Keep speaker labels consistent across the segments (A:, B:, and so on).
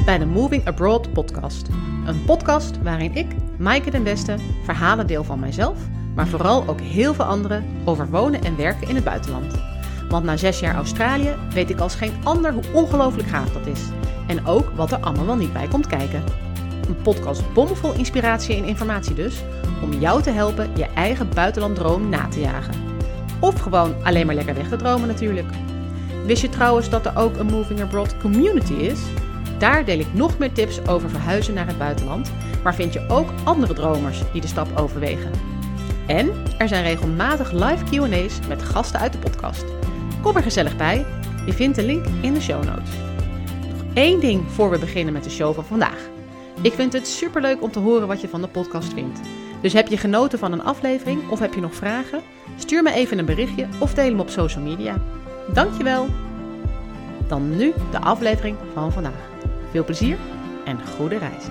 A: bij de Moving Abroad podcast. Een podcast waarin ik, Maaike den Beste, verhalen deel van mijzelf, maar vooral ook heel veel anderen over wonen en werken in het buitenland. Want na 6 jaar Australië weet ik als geen ander hoe ongelooflijk gaaf dat is. En ook wat er allemaal wel niet bij komt kijken. Een podcast bomvol inspiratie en informatie dus, om jou te helpen je eigen buitenlanddroom na te jagen. Of gewoon alleen maar lekker weg te dromen natuurlijk. Wist je trouwens dat er ook een Moving Abroad community is? Daar deel ik nog meer tips over verhuizen naar het buitenland, maar vind je ook andere dromers die de stap overwegen. En er zijn regelmatig live Q&A's met gasten uit de podcast. Kom er gezellig bij, je vindt de link in de show notes. Nog 1 ding voor we beginnen met de show van vandaag. Ik vind het superleuk om te horen wat je van de podcast vindt. Dus heb je genoten van een aflevering of heb je nog vragen? Stuur me even een berichtje of deel hem op social media. Dankjewel! Dan nu de aflevering van vandaag. Veel plezier en goede reis.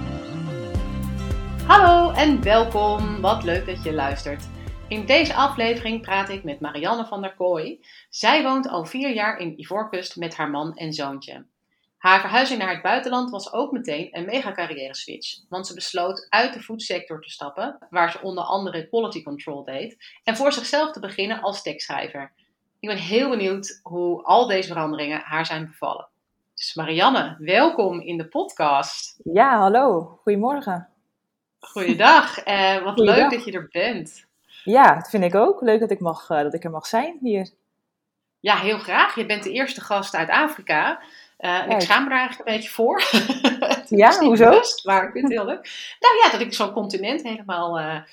A: Hallo en welkom. Wat leuk dat je luistert. In deze aflevering praat ik met Marianne van der Kooi. Zij woont al 4 jaar in Ivoorkust met haar man en zoontje. Haar verhuizing naar het buitenland was ook meteen een mega carrière switch. Want ze besloot uit de foodsector te stappen, waar ze onder andere quality control deed, en voor zichzelf te beginnen als tekstschrijver. Ik ben heel benieuwd hoe al deze veranderingen haar zijn bevallen. Dus Marianne, welkom in de podcast.
B: Ja, hallo. Goedemorgen.
A: Goeiedag. Wat
B: Goeiedag.
A: Leuk dat je er bent.
B: Ja, dat vind ik ook. Leuk dat ik er mag zijn hier.
A: Ja, heel graag. Je bent de eerste gast uit Afrika. En ik schaam me daar eigenlijk een beetje voor.
B: Ja, hoezo?
A: Best, maar ik vind het heel leuk. Nou ja, dat ik zo'n continent helemaal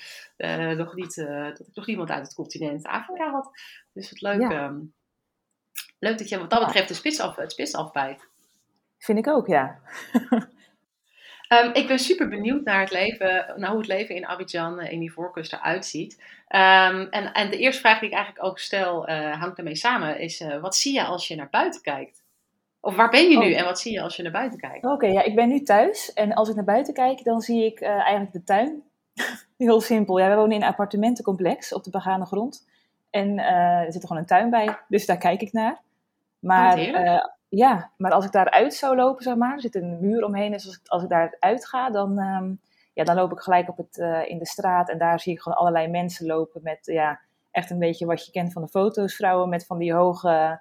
A: dat ik nog niemand uit het continent Afrika had. Dus wat leuk.
B: Ja.
A: Leuk dat je wat dat betreft het spits afbijt.
B: Vind ik ook, ja.
A: Ik ben super benieuwd naar hoe het leven in Abidjan in Ivoorkust eruit ziet. En de eerste vraag die ik eigenlijk ook stel, hangt ermee samen, is wat zie je als je naar buiten kijkt? Of waar ben je nu en wat zie je als je naar buiten kijkt?
B: Oké, ja, ik ben nu thuis en als ik naar buiten kijk, dan zie ik eigenlijk de tuin. Heel simpel. Ja, we wonen in een appartementencomplex op de begane grond. En er zit er gewoon een tuin bij, dus daar kijk ik naar. Maar maar als ik daaruit zou lopen, zeg maar, er zit een muur omheen. Dus als ik daaruit ga, dan loop ik gelijk in de straat. En daar zie ik gewoon allerlei mensen lopen met echt een beetje wat je kent van de foto's. Vrouwen met van die hoge,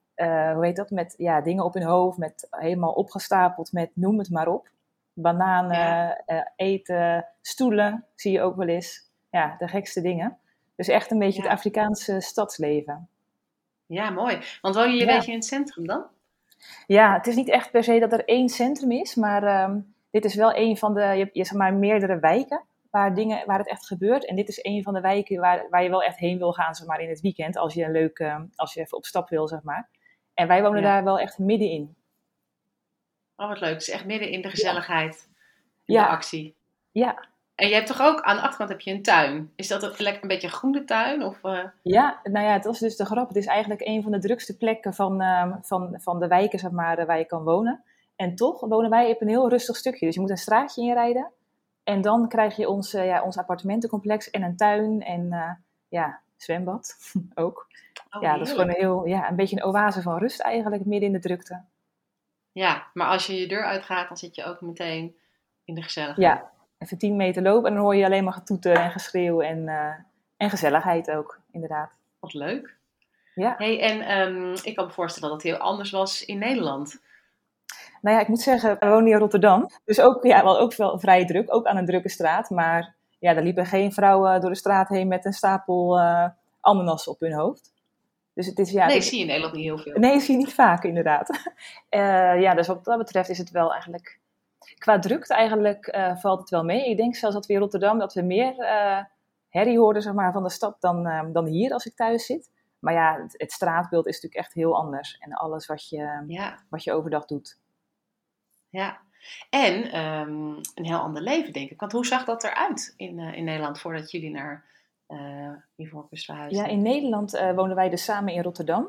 B: met dingen op hun hoofd. Met helemaal opgestapeld met noem het maar op. Bananen, eten, stoelen zie je ook wel eens. Ja, de gekste dingen. Dus echt een beetje het Afrikaanse stadsleven.
A: Ja, mooi. Want woon je een beetje in het centrum dan?
B: Ja, het is niet echt per se dat er 1 centrum is, maar dit is wel een van de, je zeg maar meerdere wijken waar het echt gebeurt. En dit is een van de wijken waar je wel echt heen wil gaan, zeg maar, in het weekend, als je als je even op stap wil, zeg maar. En wij wonen daar wel echt middenin.
A: Oh, wat leuk. Het is echt midden in de gezelligheid, in de actie.
B: Ja.
A: En je hebt toch ook, aan de achterkant heb je een tuin. Is dat een beetje een groene tuin? Of,
B: Ja, nou ja, het was dus de grap. Het is eigenlijk een van de drukste plekken van de wijken, zeg maar, waar je kan wonen. En toch wonen wij op een heel rustig stukje. Dus je moet een straatje inrijden. En dan krijg je ons appartementencomplex en een tuin en zwembad ook.
A: Oh,
B: ja, dat is gewoon een beetje een oase van rust eigenlijk, midden in de drukte.
A: Ja, maar als je je deur uitgaat, dan zit je ook meteen in de gezelligheid.
B: Ja. Even 10 meter lopen en dan hoor je alleen maar getoeter en geschreeuw en gezelligheid ook, inderdaad.
A: Wat leuk.
B: Ja.
A: Hey, en ik kan me voorstellen dat het heel anders was in Nederland.
B: Nou ja, ik moet zeggen, we wonen in Rotterdam. Dus ook wel vrij druk, ook aan een drukke straat. Maar ja, er liepen geen vrouwen door de straat heen met een stapel ananassen op hun hoofd. Dus het is,
A: zie je in Nederland niet heel veel.
B: Nee, zie je niet vaak, inderdaad. Dus wat dat betreft is het wel eigenlijk... Qua drukte eigenlijk valt het wel mee. Ik denk zelfs dat we in Rotterdam dat we meer herrie hoorden, zeg maar, van de stad dan hier als ik thuis zit. Maar ja, het straatbeeld is natuurlijk echt heel anders. En alles wat je overdag doet.
A: Ja, en een heel ander leven, denk ik. Want hoe zag dat eruit in Nederland voordat jullie naar Ivoorkust verhuisden?
B: Ja, in Nederland woonden wij dus samen in Rotterdam.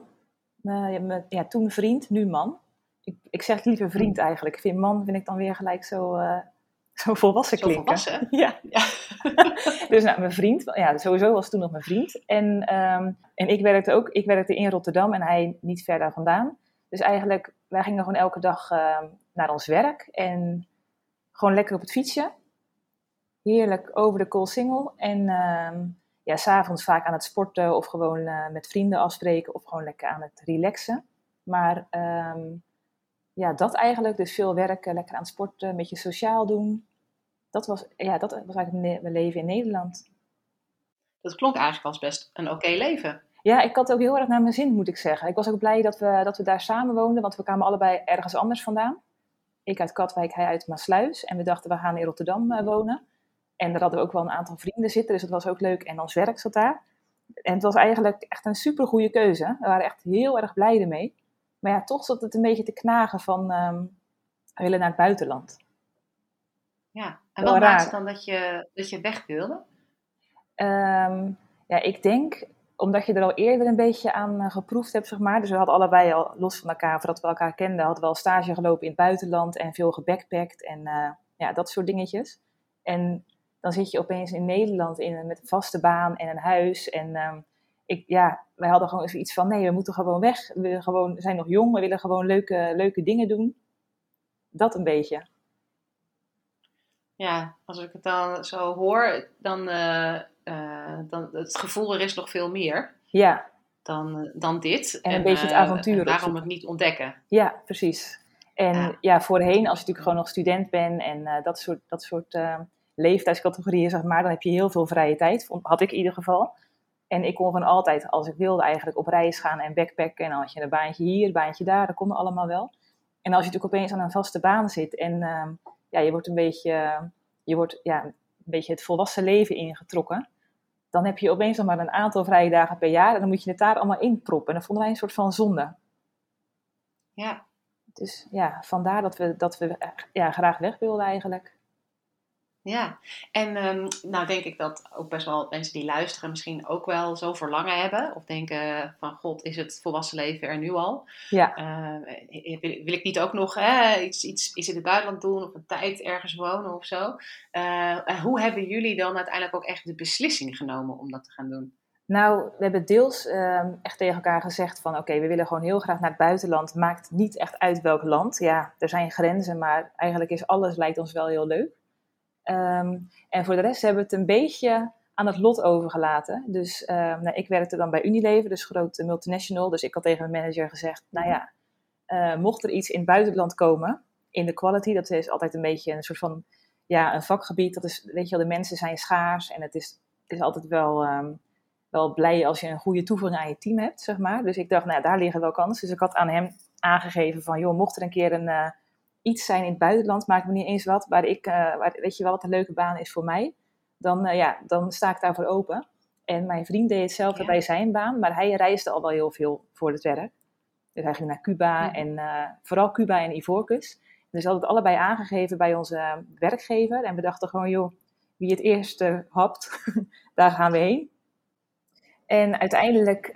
B: Toen vriend, nu man. Ik zeg liever vriend eigenlijk. Vind ik dan weer gelijk zo volwassen klinken.
A: Zo volwassen?
B: Ja. Dus mijn vriend, sowieso was toen nog mijn vriend. En ik werkte in Rotterdam en hij niet ver daar vandaan. Dus eigenlijk, wij gingen gewoon elke dag naar ons werk. En gewoon lekker op het fietsje. Heerlijk over de Koolsingel. En 's avonds vaak aan het sporten of gewoon met vrienden afspreken. Of gewoon lekker aan het relaxen. Maar dat eigenlijk. Dus veel werken, lekker aan het sporten, een beetje sociaal doen. Dat was eigenlijk mijn leven in Nederland.
A: Dat klonk eigenlijk als best een oké leven.
B: Ja, ik had ook heel erg naar mijn zin, moet ik zeggen. Ik was ook blij dat we daar samen woonden, want we kwamen allebei ergens anders vandaan. Ik uit Katwijk, hij uit Maassluis. En we dachten, we gaan in Rotterdam wonen. En daar hadden we ook wel een aantal vrienden zitten, dus dat was ook leuk. En ons werk zat daar. En het was eigenlijk echt een supergoeie keuze. We waren echt heel erg blij ermee. Maar ja, toch zat het een beetje te knagen van, we willen naar het buitenland.
A: Ja, en wat maakte dan dat je weg wilde?
B: Ik denk, omdat je er al eerder een beetje aan geproefd hebt, zeg maar. Dus we hadden allebei al, los van elkaar, voordat we elkaar kenden, hadden we al stage gelopen in het buitenland en veel gebackpackt en dat soort dingetjes. En dan zit je opeens in Nederland met een vaste baan en een huis. En wij hadden gewoon zoiets van, nee, we moeten gewoon weg. We zijn nog jong, we willen gewoon leuke dingen doen. Dat een beetje.
A: Ja, als ik het dan zo hoor, dan het gevoel er is nog veel meer.
B: Ja.
A: Dan dit.
B: En een beetje het avontuur.
A: En waarom het niet ontdekken.
B: Ja, precies. En voorheen, als je natuurlijk gewoon nog student bent en dat soort leeftijdscategorieën, zeg maar, dan heb je heel veel vrije tijd. Had ik in ieder geval. En ik kon gewoon altijd, als ik wilde, eigenlijk op reis gaan en backpacken. En dan had je een baantje hier, een baantje daar, dat kon allemaal wel. En als je natuurlijk opeens aan een vaste baan zit en je wordt een beetje het volwassen leven ingetrokken, dan heb je opeens nog maar een aantal vrije dagen per jaar en dan moet je het daar allemaal inproppen. En dat vonden wij een soort van zonde.
A: Ja.
B: Dus vandaar dat we graag weg wilden eigenlijk.
A: Ja, en nou denk ik dat ook best wel mensen die luisteren misschien ook wel zo verlangen hebben. Of denken van, god, is het volwassen leven er nu al?
B: Ja.
A: Wil ik niet ook nog iets in het buitenland doen of een tijd ergens wonen of zo? Hoe hebben jullie dan uiteindelijk ook echt de beslissing genomen om dat te gaan doen?
B: Nou, we hebben deels echt tegen elkaar gezegd van oké, we willen gewoon heel graag naar het buitenland. Maakt niet echt uit welk land. Ja, er zijn grenzen, maar eigenlijk is alles, lijkt ons wel heel leuk. En voor de rest hebben we het een beetje aan het lot overgelaten. Dus ik werkte dan bij Unilever, dus grote multinational. Dus ik had tegen mijn manager gezegd, mocht er iets in het buitenland komen, in de quality, dat is altijd een beetje een soort van, een vakgebied. Dat is, weet je wel, de mensen zijn schaars en het is altijd wel blij als je een goede toevoeging aan je team hebt, zeg maar. Dus ik dacht, daar liggen wel kansen. Dus ik had aan hem aangegeven van, joh, mocht er een keer iets zijn in het buitenland, maakt me niet eens wat, waar weet je wel, wat een leuke baan is voor mij, dan sta ik daarvoor open. En mijn vriend deed hetzelfde bij zijn baan, maar hij reisde al wel heel veel voor het werk. Dus hij ging naar Cuba en vooral Cuba en Ivoorkust. Dus we hadden het allebei aangegeven bij onze werkgever en we dachten gewoon, joh, wie het eerste hapt, daar gaan we heen. En uiteindelijk,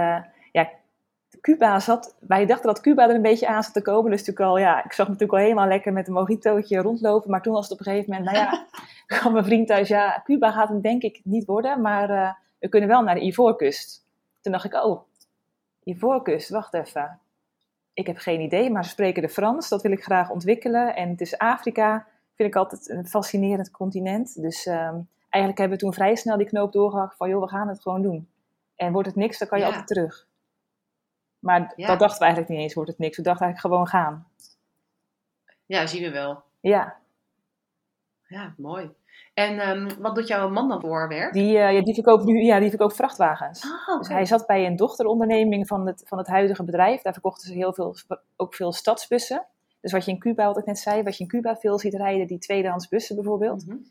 B: wij dachten dat Cuba er een beetje aan zat te komen. Dus natuurlijk al, ik zag me natuurlijk al helemaal lekker met een mojitootje rondlopen. Maar toen was het op een gegeven moment, kwam mijn vriend thuis. Ja, Cuba gaat hem denk ik niet worden, maar we kunnen wel naar de Ivoorkust. Toen dacht ik, Ivoorkust, wacht even. Ik heb geen idee, maar ze spreken de Frans. Dat wil ik graag ontwikkelen. En het is Afrika, vind ik altijd een fascinerend continent. Dus eigenlijk hebben we toen vrij snel die knoop doorgehakt van, joh, we gaan het gewoon doen. En wordt het niks, dan kan je altijd terug. Maar dat dachten we eigenlijk niet eens, wordt het niks. We dachten eigenlijk gewoon gaan.
A: Ja, zien we wel.
B: Ja.
A: Ja, mooi. En wat doet jouw man dan voor werk?
B: Die verkoopt vrachtwagens. Oh, okay. Dus hij zat bij een dochteronderneming van het huidige bedrijf. Daar verkochten ze ook veel stadsbussen. Dus wat je in Cuba, wat ik net zei, wat je in Cuba veel ziet rijden, die tweedehands bussen bijvoorbeeld. Mm-hmm.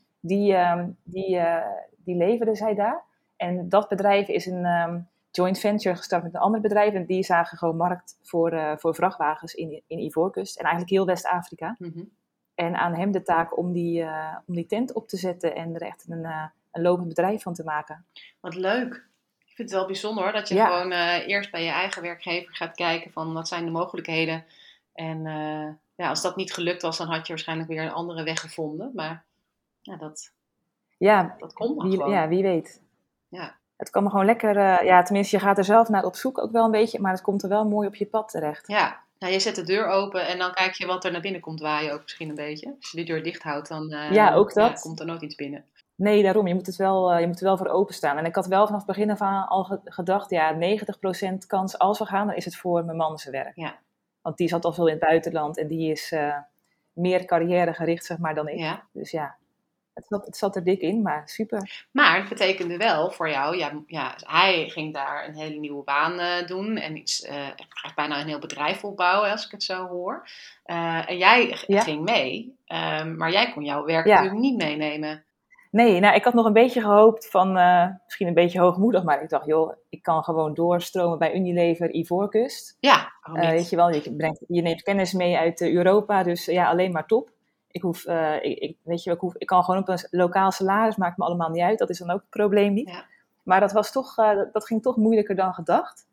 B: Die leverden zij daar. En dat bedrijf is een joint venture gestart met een ander bedrijf. En die zagen gewoon markt voor vrachtwagens in Ivoorkust. En eigenlijk heel West-Afrika. Mm-hmm. En aan hem de taak om die tent op te zetten. En er echt een lopend bedrijf van te maken.
A: Wat leuk. Ik vind het wel bijzonder hoor. Dat je gewoon eerst bij je eigen werkgever gaat kijken van wat zijn de mogelijkheden. En als dat niet gelukt was, dan had je waarschijnlijk weer een andere weg gevonden. Maar dat komt dan gewoon.
B: Ja, wie weet.
A: Ja.
B: Het kan gewoon lekker, tenminste je gaat er zelf naar op zoek ook wel een beetje, maar het komt er wel mooi op je pad terecht.
A: Ja, Nou, je zet de deur open en dan kijk je wat er naar binnen komt waaien ook misschien een beetje. Als je die deur dicht houdt, dan
B: Ja, ook dat.
A: komt er nooit iets binnen.
B: Nee, daarom. Je moet er wel voor openstaan. En ik had wel vanaf het begin af aan al gedacht, ja, 90% kans als we gaan, dan is het voor mijn man zijn werk.
A: Ja.
B: Want die zat al veel in het buitenland en die is meer carrièregericht, zeg maar, dan ik.
A: Ja.
B: Dus ja, het zat er dik in, maar super.
A: Maar het betekende wel voor jou, hij ging daar een hele nieuwe baan doen en echt bijna een heel bedrijf opbouwen, als ik het zo hoor. En jij ging mee, maar jij kon jouw werk natuurlijk niet meenemen.
B: Nee, nou, ik had nog een beetje gehoopt van, misschien een beetje hoogmoedig, maar ik dacht, joh, ik kan gewoon doorstromen bij Unilever Ivoorkust.
A: Ja,
B: weet je wel, je neemt kennis mee uit Europa, dus ja, alleen maar top. Ik kan gewoon op een lokaal salaris, maakt me allemaal niet uit, dat is dan ook het probleem niet.
A: Ja.
B: Maar dat ging toch moeilijker dan gedacht.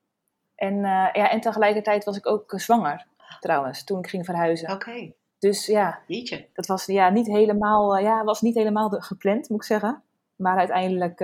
B: En tegelijkertijd was ik ook zwanger, trouwens, toen ik ging verhuizen.
A: Oké.
B: Dus ja, dat was niet helemaal gepland, moet ik zeggen. Maar uiteindelijk,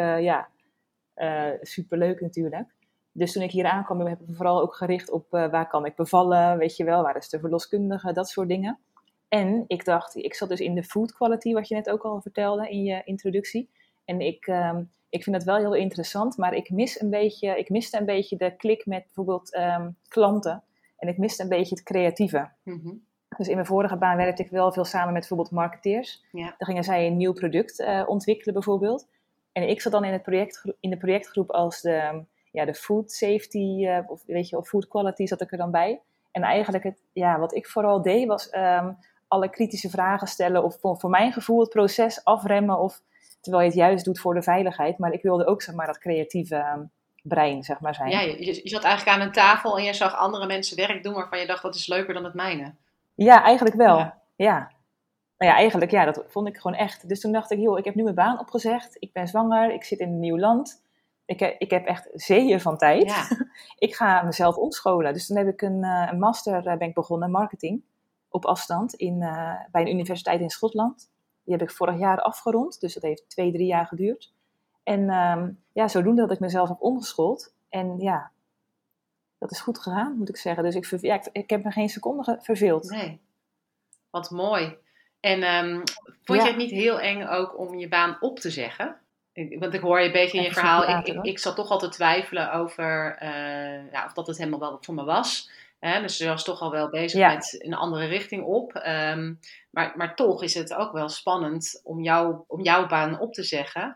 B: superleuk natuurlijk. Dus toen ik hier aankwam, heb ik me vooral ook gericht op waar kan ik bevallen, weet je wel, waar is de verloskundige, dat soort dingen. En ik dacht, ik zat dus in de food quality, wat je net ook al vertelde in je introductie. En ik vind dat wel heel interessant, maar ik miste een beetje de klik met bijvoorbeeld klanten. En ik miste een beetje het creatieve.
A: Mm-hmm.
B: Dus in mijn vorige baan werkte ik wel veel samen met bijvoorbeeld marketeers. Ja. Dan gingen zij een nieuw product ontwikkelen bijvoorbeeld. En ik zat dan in de projectgroep als de food safety of food quality zat ik er dan bij. En eigenlijk wat ik vooral deed was alle kritische vragen stellen of voor mijn gevoel het proces afremmen of terwijl je het juist doet voor de veiligheid. Maar ik wilde ook zeg maar dat creatieve brein zeg maar zijn.
A: Ja, je zat eigenlijk aan een tafel en je zag andere mensen werk doen waarvan je dacht dat is leuker dan het mijne.
B: Ja, eigenlijk wel. Ja. Nou ja, eigenlijk dat vond ik gewoon echt. Dus toen dacht ik, joh, ik heb nu mijn baan opgezegd. Ik ben zwanger, ik zit in een nieuw land. Ik heb echt zeeën van tijd.
A: Ja.
B: Ik ga mezelf omscholen. Dus toen heb ik een master ben ik begonnen, marketing, op afstand bij een universiteit in Schotland. Die heb ik vorig jaar afgerond, dus dat heeft 2-3 jaar geduurd. En zodoende dat ik mezelf heb omgeschoold. En ja, dat is goed gegaan, moet ik zeggen. Dus ik heb me geen seconde verveeld.
A: Nee, wat mooi. En vond je het niet heel eng ook om je baan op te zeggen? Want ik hoor je een beetje in je verhaal. Ik zat toch al te twijfelen over of dat het helemaal wel voor me was. Dus je was toch al wel bezig met een andere richting op. Maar toch is het ook wel spannend om jouw baan op te zeggen.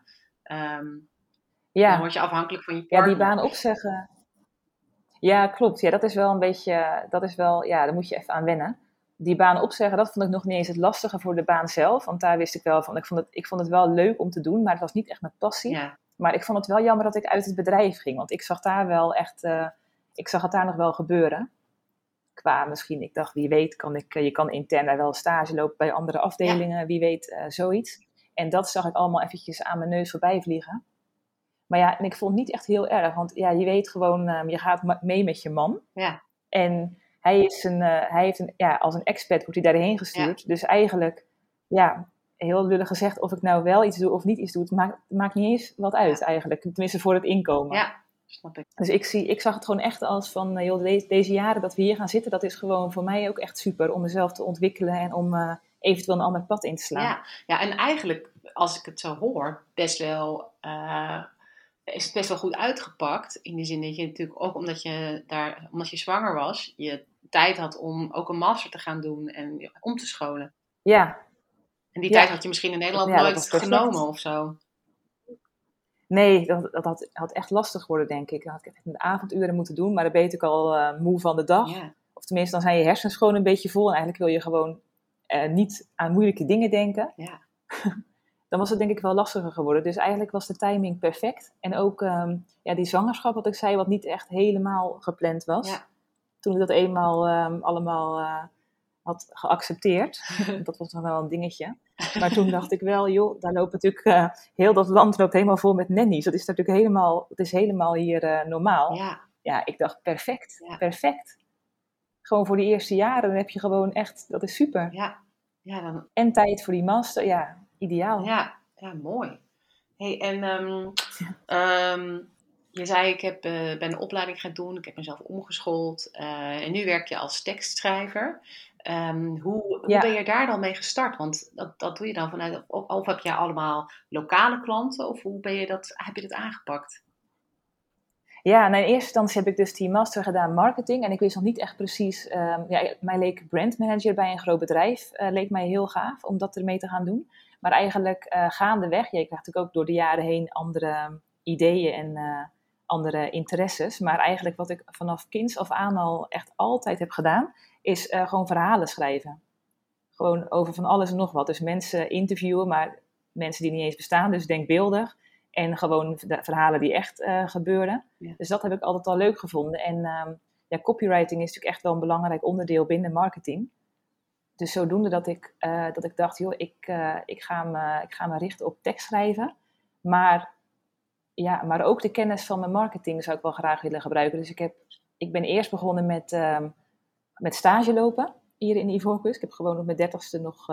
A: Dan word je afhankelijk van je partner.
B: Ja, die baan opzeggen. Ja, klopt. Ja, dat is wel een beetje, daar moet je even aan wennen. Die baan opzeggen, dat vond ik nog niet eens het lastige voor de baan zelf. Want daar wist ik wel van, ik vond het wel leuk om te doen, maar het was niet echt mijn passie. Ja. Maar ik vond het wel jammer dat ik uit het bedrijf ging. Want ik zag daar wel echt, ik zag het daar nog wel gebeuren. Qua misschien, ik dacht, wie weet, je kan intern daar wel stage lopen bij andere afdelingen. Ja. Wie weet, zoiets. En dat zag ik allemaal eventjes aan mijn neus voorbij vliegen. Maar ja, en ik vond het niet echt heel erg. Want ja, je weet gewoon, je gaat mee met je man.
A: Ja.
B: En als een expat wordt hij daarheen gestuurd. Ja. Dus eigenlijk, heel lullig gezegd, of ik nou wel iets doe of niet iets doe, het maakt niet eens wat uit eigenlijk. Tenminste voor het inkomen.
A: Ja, snap ik.
B: Dus ik zag het gewoon echt als van, deze jaren dat we hier gaan zitten, dat is gewoon voor mij ook echt super om mezelf te ontwikkelen en om eventueel een ander pad in te slaan.
A: Ja, en eigenlijk, als ik het zo hoor, is het best wel goed uitgepakt. In de zin dat je natuurlijk ook, omdat je zwanger was, je tijd had om ook een master te gaan doen en om te scholen.
B: Ja.
A: En die tijd had je misschien in Nederland nooit genomen of zo.
B: Nee, dat had echt lastig geworden, denk ik. Dan had ik echt in de avonduren moeten doen, maar dan ben je natuurlijk al moe van de dag. Ja. Of tenminste, dan zijn je hersens gewoon een beetje vol en eigenlijk wil je gewoon niet aan moeilijke dingen denken.
A: Ja.
B: Dan was het denk ik wel lastiger geworden. Dus eigenlijk was de timing perfect. En ook die zwangerschap, wat ik zei, wat niet echt helemaal gepland was. Ja. Toen ik dat eenmaal allemaal had geaccepteerd. Dat was nog wel een dingetje. Maar toen dacht ik wel, joh, daar loopt natuurlijk... heel dat land loopt helemaal vol met nannies. Dat is natuurlijk helemaal hier normaal.
A: Ja.
B: Ja, ik dacht perfect. Ja. Perfect. Gewoon voor die eerste jaren, dan heb je gewoon echt... Dat is super.
A: Ja. Ja, dan...
B: En tijd voor die master, ideaal.
A: Ja, mooi. Hey, en Je zei, ben een opleiding gaan doen, ik heb mezelf omgeschoold en nu werk je als tekstschrijver. Hoe ben
B: Ja.
A: je daar dan mee gestart? Want dat doe je dan vanuit, of heb je allemaal lokale klanten, of heb je dat aangepakt?
B: Ja, in eerste instantie heb ik dus die master gedaan marketing. En ik wist nog niet echt precies. Mij leek brandmanager bij een groot bedrijf. Leek mij heel gaaf om dat ermee te gaan doen. Maar eigenlijk gaandeweg. Je krijgt natuurlijk ook door de jaren heen andere ideeën en andere interesses. Maar eigenlijk wat ik vanaf kinds af aan al echt altijd heb gedaan. Is gewoon verhalen schrijven. Gewoon over van alles en nog wat. Dus mensen interviewen, maar mensen die niet eens bestaan. Dus denkbeeldig. En gewoon de verhalen die echt gebeurden.
A: Ja.
B: Dus dat heb ik altijd al leuk gevonden. En copywriting is natuurlijk echt wel een belangrijk onderdeel binnen marketing. Dus zodoende dat ik dacht, joh, ik ga me richten op tekstschrijven. Maar ook de kennis van mijn marketing zou ik wel graag willen gebruiken. Dus ik ben eerst begonnen met stage lopen hier in Ivoorkust. Ik heb gewoon op mijn 30ste nog,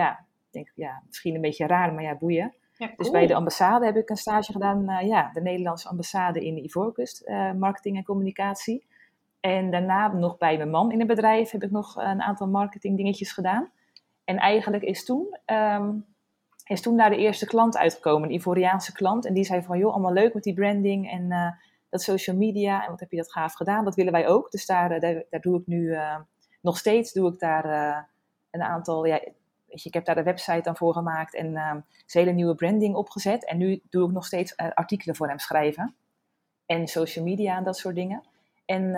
B: misschien een beetje raar, maar ja, boeien.
A: Ja, cool.
B: Dus bij de ambassade heb ik een stage gedaan, de Nederlandse ambassade in Ivoorkust, marketing en communicatie. En daarna nog bij mijn man in een bedrijf heb ik nog een aantal marketing dingetjes gedaan. En eigenlijk is toen daar de eerste klant uitgekomen, een Ivoriaanse klant. En die zei van, joh, allemaal leuk met die branding en dat social media. En wat heb je dat gaaf gedaan? Dat willen wij ook. Dus daar doe ik nu, nog steeds doe ik daar een aantal... ik heb daar de website dan voor gemaakt en een hele nieuwe branding opgezet. En nu doe ik nog steeds artikelen voor hem schrijven. En social media en dat soort dingen. En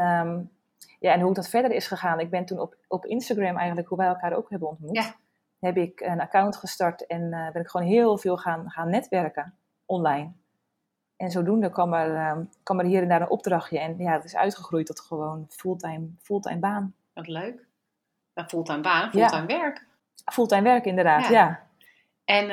B: hoe dat verder is gegaan. Ik ben toen op Instagram eigenlijk, hoe wij elkaar ook hebben ontmoet. Heb ik een account gestart en ben ik gewoon heel veel gaan netwerken online. En zodoende kwam er hier en daar een opdrachtje. En ja, het is uitgegroeid tot gewoon fulltime baan.
A: Wat leuk. Een fulltime baan, fulltime werk.
B: Fulltime werk, inderdaad, ja.
A: En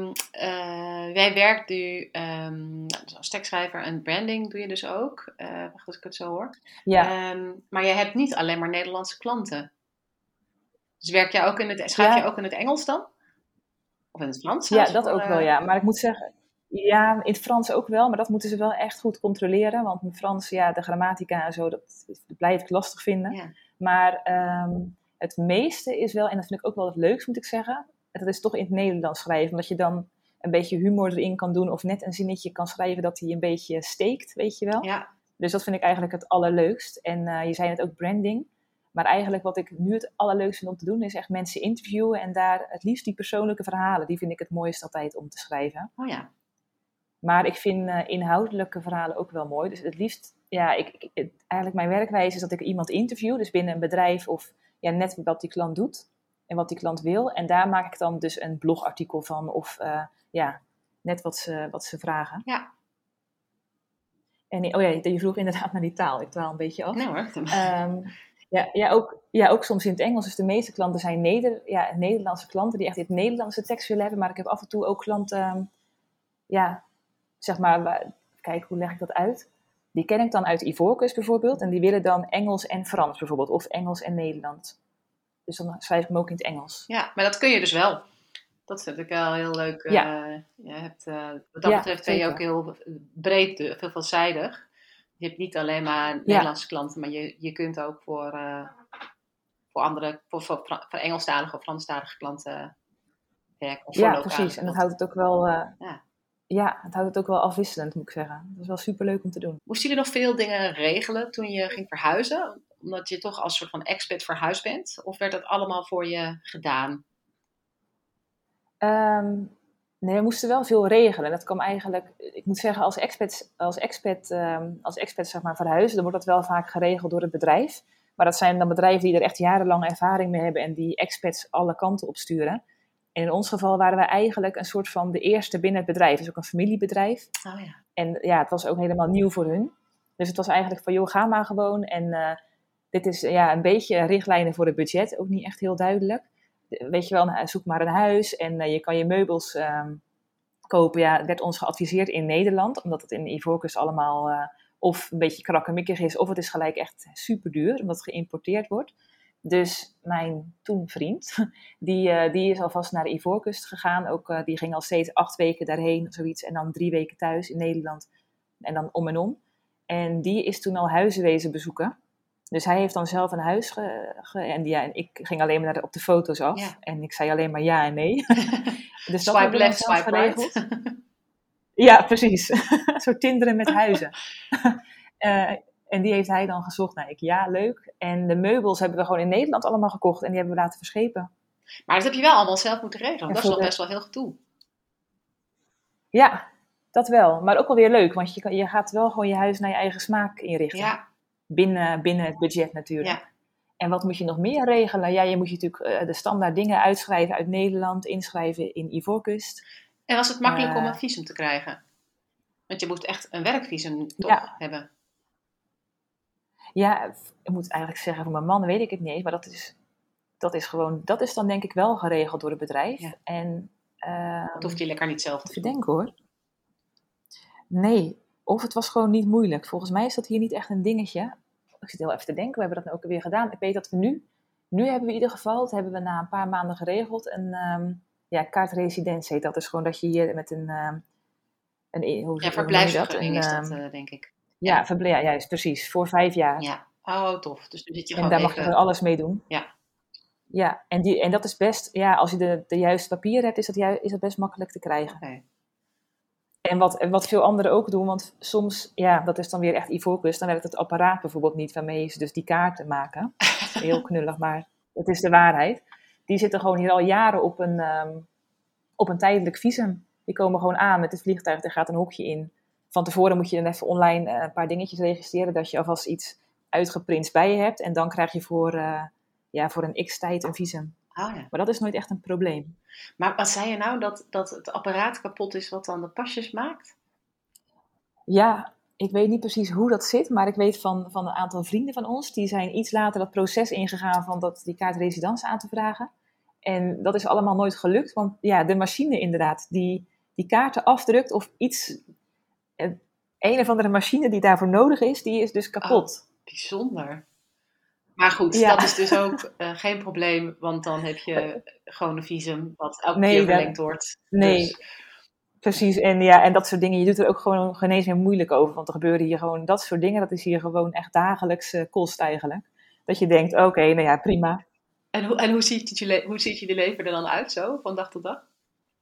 A: jij werkt nu als tekstschrijver en branding doe je dus ook. Als ik het zo hoor.
B: Ja.
A: Maar je hebt niet alleen maar Nederlandse klanten. Dus schrijf je ook in het Engels dan? Of in het Frans?
B: Ja, dat ook wel, ja. Maar ik moet zeggen, ja, in het Frans ook wel. Maar dat moeten ze wel echt goed controleren. Want mijn Frans, de grammatica en zo, dat blijf ik lastig vinden. Ja. Maar het meeste is wel, en dat vind ik ook wel het leukst, moet ik zeggen. Dat is toch in het Nederlands schrijven. Omdat je dan een beetje humor erin kan doen. Of net een zinnetje kan schrijven dat hij een beetje steekt, weet je wel.
A: Ja.
B: Dus dat vind ik eigenlijk het allerleukst. En je zei net ook branding. Maar eigenlijk wat ik nu het allerleukste vind om te doen, is echt mensen interviewen. En daar het liefst die persoonlijke verhalen. Die vind ik het mooist altijd om te schrijven.
A: Oh ja.
B: Maar ik vind inhoudelijke verhalen ook wel mooi. Dus het liefst, eigenlijk mijn werkwijze is dat ik iemand interview. Dus binnen een bedrijf of net wat die klant doet. En wat die klant wil. En daar maak ik dan dus een blogartikel van. Of net wat ze vragen.
A: Ja.
B: En je vroeg inderdaad naar die taal. Ik dwaal een beetje af.
A: Nee hoor.
B: Ook soms in het Engels. Dus de meeste klanten zijn Nederlandse klanten die echt in het Nederlandse tekst willen hebben. Maar ik heb af en toe ook klanten, zeg maar, kijk, hoe leg ik dat uit? Die ken ik dan uit Ivoorkust bijvoorbeeld. En die willen dan Engels en Frans bijvoorbeeld. Of Engels en Nederlands. Dus dan schrijf ik hem ook in het Engels.
A: Ja, maar dat kun je dus wel. Dat vind ik wel heel leuk. Je hebt, wat dat betreft ben je ook heel breed, veel veelzijdig. Je hebt niet alleen maar Nederlandse klanten, maar je kunt ook voor Engelstalige of Franstalige klanten werken. Of voor
B: precies. En dat houdt het ook wel... het houdt het ook wel afwisselend, moet ik zeggen. Dat is wel superleuk om te doen.
A: Moesten jullie nog veel dingen regelen toen je ging verhuizen? Omdat je toch als soort van expat verhuisd bent? Of werd dat allemaal voor je gedaan?
B: Nee, we moesten wel veel regelen. Dat kwam eigenlijk, ik moet zeggen, als expat zeg maar, verhuizen, dan wordt dat wel vaak geregeld door het bedrijf. Maar dat zijn dan bedrijven die er echt jarenlang ervaring mee hebben en die expats alle kanten op sturen. En in ons geval waren wij eigenlijk een soort van de eerste binnen het bedrijf. Dus ook een familiebedrijf.
A: Oh ja.
B: En het was ook helemaal nieuw voor hun. Dus het was eigenlijk van, joh, ga maar gewoon. En dit is een beetje richtlijnen voor het budget. Ook niet echt heel duidelijk. Weet je wel, zoek maar een huis en je kan je meubels kopen. Ja, het werd ons geadviseerd in Nederland, omdat het in Ivoorkust allemaal of een beetje krakkemikkig is, of het is gelijk echt super duur, omdat het geïmporteerd wordt. Dus mijn toen vriend, die is alvast naar de Ivoorkust gegaan. Ook, die ging al steeds 8 weken daarheen of zoiets en dan 3 weken thuis in Nederland en dan om en om. En die is toen al huizen wezen bezoeken. Dus hij heeft dan zelf een huis en ik ging alleen maar op de foto's af.
C: Ja.
B: En ik zei alleen maar ja en nee. Dus dat
C: Swipe
B: hebben we dan
C: left,
B: zelf
C: swipe
B: geregeld.
C: right.
B: Ja, precies. Zo tinderen met huizen. En die heeft hij dan gezocht. Nou, ja, leuk. En de meubels hebben we gewoon in Nederland allemaal gekocht. En die hebben we laten verschepen.
C: Maar dat heb je wel allemaal zelf moeten regelen.
B: En
C: Dat is
B: voor
C: wel
B: de-
C: best wel heel gedoe.
B: Ja, dat wel. Maar ook wel weer leuk. Want je gaat wel gewoon je huis naar je eigen smaak inrichten.
C: Ja,
B: Binnen het budget natuurlijk.
C: ja.
B: En wat moet je nog meer regelen? Ja, je moet je natuurlijk de standaard dingen uitschrijven uit Nederland. Inschrijven in Ivoorkust.
C: En was het makkelijk om een visum te krijgen? Want je moet echt een werkvisum toch hebben.
B: Ja, ik moet eigenlijk zeggen, voor mijn man weet ik het niet eens. Maar dat is dan denk ik wel geregeld door het bedrijf.
C: Ja.
B: En
C: Dat hoeft je lekker niet zelf te
B: even
C: doen.
B: denken hoor. Nee, of het was gewoon niet moeilijk. Volgens mij is dat hier niet echt een dingetje. Ik zit heel even te denken, we hebben dat ook weer gedaan. Ik weet dat we nu hebben we in ieder geval, dat hebben we na een paar maanden geregeld, een kaart residentie heet dat. Dus gewoon dat je hier met
C: Verblijfsvergunning is dat, denk ik.
B: Ja, juist, precies. Voor 5 jaar.
C: Ja, oh tof. Dus nu zit je
B: En
C: gewoon
B: daar mag je
C: even...
B: van alles mee doen.
C: Ja.
B: Ja, en dat is best, ja, als je de juiste papieren hebt, is dat best makkelijk te krijgen.
C: Okay.
B: En wat veel anderen ook doen, want soms, ja, dat is dan weer echt Ivoorkust, dan werkt het apparaat bijvoorbeeld niet waarmee ze dus die kaarten maken. Dat is heel knullig, maar het is de waarheid. Die zitten gewoon hier al jaren op een tijdelijk visum. Die komen gewoon aan met het vliegtuig, er gaat een hokje in. Van tevoren moet je dan even online een paar dingetjes registreren, dat je alvast iets uitgeprint bij je hebt. En dan krijg je voor een x-tijd een visum.
C: Oh, ja.
B: Maar dat is nooit echt een probleem.
C: Maar wat zei je nou, dat het apparaat kapot is wat dan de pasjes maakt?
B: Ja, ik weet niet precies hoe dat zit, maar ik weet van een aantal vrienden van ons, die zijn iets later dat proces ingegaan van die kaart residence aan te vragen. En dat is allemaal nooit gelukt, want ja, de machine inderdaad, die kaarten afdrukt of iets, een of andere machine die daarvoor nodig is, die is dus kapot.
C: Oh, bijzonder. Maar goed,
B: Ja.
C: dat is dus ook geen probleem, want dan heb je gewoon een visum wat elke keer verlengd wordt.
B: Nee,
C: Dus,
B: precies. En dat soort dingen, je doet er ook gewoon geen eens meer moeilijk over, want er gebeuren hier gewoon dat soort dingen, dat is hier gewoon echt dagelijkse kost eigenlijk. Dat je denkt, oké, nou ja, prima.
C: En hoe ziet jullie leven er dan uit zo, van dag tot dag?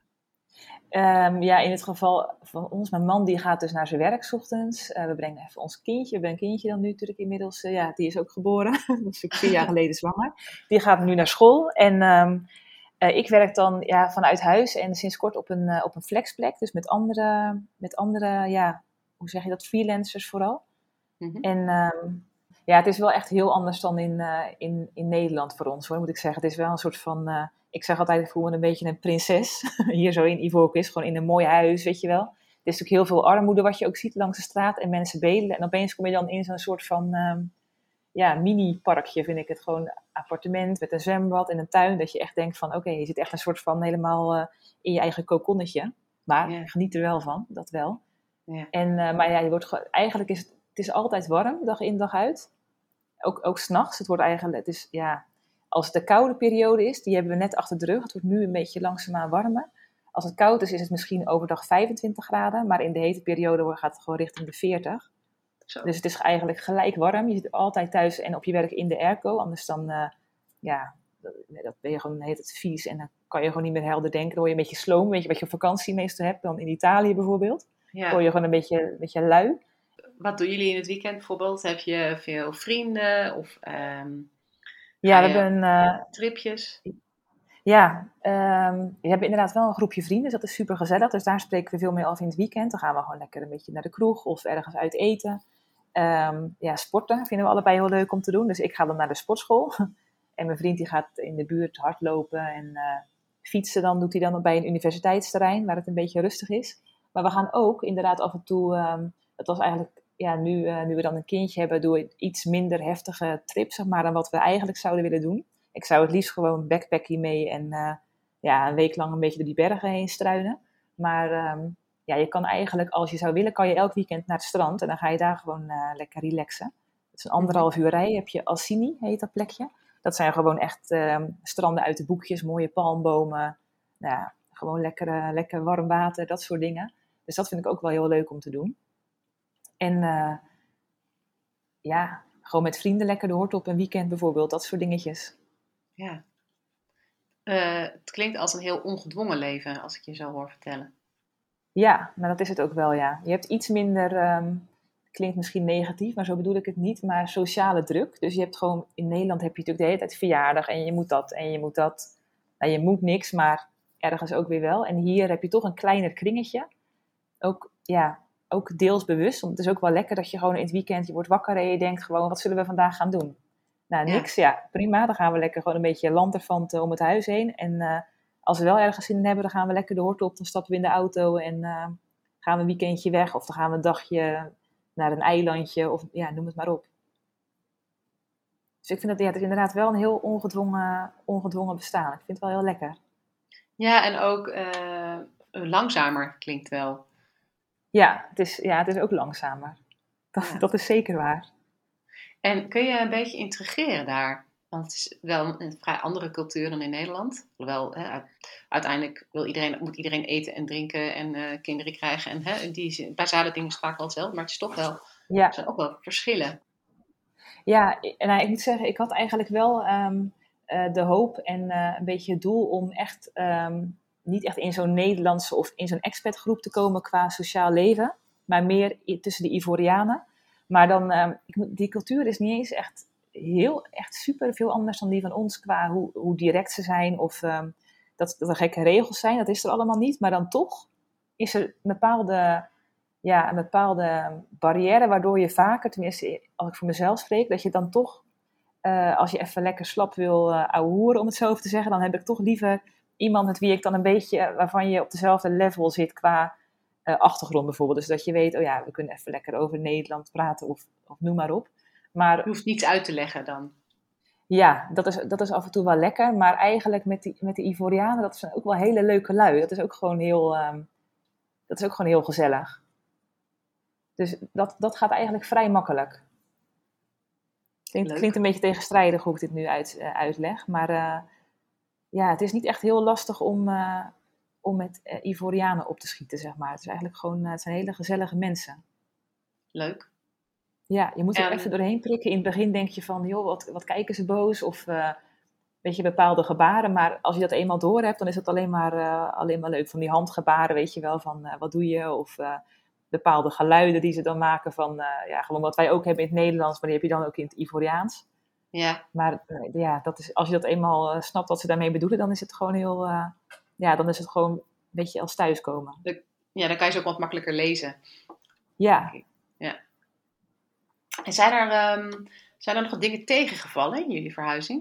B: In het geval van ons, mijn man die gaat dus naar zijn werk 's ochtends. We brengen even ons kindje. We hebben een kindje dan nu natuurlijk inmiddels. Die is ook geboren. Dat is ook 4 jaar geleden zwanger. Die gaat nu naar school. En ik werk dan vanuit huis en sinds kort op een flexplek. Dus met andere hoe zeg je dat, freelancers vooral.
C: Mm-hmm.
B: En het is wel echt heel anders dan in Nederland voor ons, hoor, moet ik zeggen. Het is wel een soort van... ik zeg altijd, ik voel me een beetje een prinses. Hier zo in Ivoorkust, gewoon in een mooi huis, weet je wel. Er is natuurlijk heel veel armoede wat je ook ziet langs de straat. En mensen bedelen. En opeens kom je dan in zo'n soort van mini-parkje, vind ik het. Gewoon een appartement met een zwembad en een tuin. Dat je echt denkt van, oké, je zit echt een soort van helemaal in je eigen kokonnetje. Maar je geniet er wel van, dat wel.
C: Ja.
B: Maar je wordt eigenlijk het is altijd warm, dag in dag uit. Ook 's nachts. Als het de koude periode is, die hebben we net achter de rug. Het wordt nu een beetje langzaamaan warmer. Als het koud is het misschien overdag 25 graden. Maar in de hete periode gaat het gewoon richting de 40.
C: Zo.
B: Dus het is eigenlijk gelijk warm. Je zit altijd thuis en op je werk in de airco. Anders dan, dat ben je gewoon, heet het vies. En dan kan je gewoon niet meer helder denken. Dan word je een beetje sloom. Weet je wat je op vakantie meestal hebt, dan in Italië bijvoorbeeld.
C: Ja.
B: Dan word je gewoon een beetje lui.
C: Wat doen jullie in het weekend bijvoorbeeld? Heb je veel vrienden of
B: we hebben
C: tripjes?
B: Ja, we hebben inderdaad wel een groepje vrienden, dus dat is super gezellig. Dus daar spreken we veel mee af in het weekend. Dan gaan we gewoon lekker een beetje naar de kroeg of ergens uit eten. Sporten vinden we allebei heel leuk om te doen. Dus ik ga dan naar de sportschool. En mijn vriend die gaat in de buurt hardlopen en fietsen. Dan doet hij dan bij een universiteitsterrein waar het een beetje rustig is. Maar we gaan ook inderdaad af en toe, het was eigenlijk... nu we dan een kindje hebben, doen we iets minder heftige trip, zeg maar, dan wat we eigenlijk zouden willen doen. Ik zou het liefst gewoon backpacken mee en een week lang een beetje door die bergen heen struinen. Maar je kan eigenlijk, als je zou willen, kan je elk weekend naar het strand en dan ga je daar gewoon lekker relaxen. Het is een 1,5 uur rij, heb je Alcini, heet dat plekje. Dat zijn gewoon echt stranden uit de boekjes, mooie palmbomen, gewoon lekker warm water, dat soort dingen. Dus dat vind ik ook wel heel leuk om te doen. En gewoon met vrienden lekker de hort op een weekend bijvoorbeeld. Dat soort dingetjes.
C: Ja. Het klinkt als een heel ongedwongen leven, als ik je zo hoor vertellen.
B: Ja, maar dat is het ook wel, ja. Je hebt iets minder, klinkt misschien negatief, maar zo bedoel ik het niet, maar sociale druk. Dus je hebt gewoon, in Nederland heb je natuurlijk de hele tijd verjaardag en je moet dat en je moet dat. Nou, je moet niks, maar ergens ook weer wel. En hier heb je toch een kleiner kringetje. Ook deels bewust, want het is ook wel lekker dat je gewoon in het weekend, je wordt wakker en je denkt gewoon, wat zullen we vandaag gaan doen? Nou, niks, prima. Dan gaan we lekker gewoon een beetje lanterfanten om het huis heen. En als we wel ergens zin in hebben, dan gaan we lekker de hort op. Dan stappen we in de auto en gaan we een weekendje weg. Of dan gaan we een dagje naar een eilandje. Of noem het maar op. Dus ik vind dat het is inderdaad wel een heel ongedwongen bestaan. Ik vind het wel heel lekker.
C: Ja, en ook langzamer klinkt wel.
B: Ja, het is ook langzamer. Dat is zeker waar.
C: En kun je een beetje integreren daar? Want het is wel een vrij andere cultuur dan in Nederland. Hoewel, uiteindelijk moet iedereen eten en drinken en kinderen krijgen. En die basale dingen is vaak wel hetzelfde. Maar het is toch wel, er zijn ook wel verschillen.
B: Ja, en ik moet zeggen, ik had eigenlijk wel de hoop en een beetje het doel om echt niet echt in zo'n Nederlandse of in zo'n expatgroep te komen qua sociaal leven. Maar meer tussen de Ivorianen. Maar dan, die cultuur is niet eens echt super veel anders dan die van ons qua hoe direct ze zijn of dat er gekke regels zijn. Dat is er allemaal niet. Maar dan toch is er een bepaalde barrière waardoor je vaker, tenminste als ik voor mezelf spreek, dat je dan toch, als je even lekker slap wil ouwehoeren om het zo te zeggen, dan heb ik toch liever iemand met wie ik dan een beetje, waarvan je op dezelfde level zit qua achtergrond bijvoorbeeld. Dus dat je weet, we kunnen even lekker over Nederland praten of noem maar op. Maar,
C: je hoeft niets uit te leggen dan.
B: Ja, dat is af en toe wel lekker. Maar eigenlijk met de Ivorianen, dat zijn ook wel hele leuke lui. Dat is ook gewoon heel gezellig. Dus dat gaat eigenlijk vrij makkelijk. Klinkt een beetje tegenstrijdig hoe ik dit nu uitleg. Maar het is niet echt heel lastig om met Ivorianen op te schieten, zeg maar. Het is eigenlijk gewoon, het zijn hele gezellige mensen.
C: Leuk.
B: Ja, je moet er even doorheen prikken. In het begin denk je van, joh, wat kijken ze boos? Of weet je, bepaalde gebaren. Maar als je dat eenmaal door hebt, dan is het alleen maar leuk. Van die handgebaren, weet je wel, van wat doe je? Of bepaalde geluiden die ze dan maken van, gewoon wat wij ook hebben in het Nederlands, maar die heb je dan ook in het Ivoriaans.
C: Ja.
B: Maar dat is, als je dat eenmaal snapt wat ze daarmee bedoelen, dan is het gewoon dan is het gewoon een beetje als thuiskomen.
C: Dan kan je ze ook wat makkelijker lezen.
B: Ja.
C: Ja. En zijn er nog wat dingen tegengevallen in jullie verhuizing?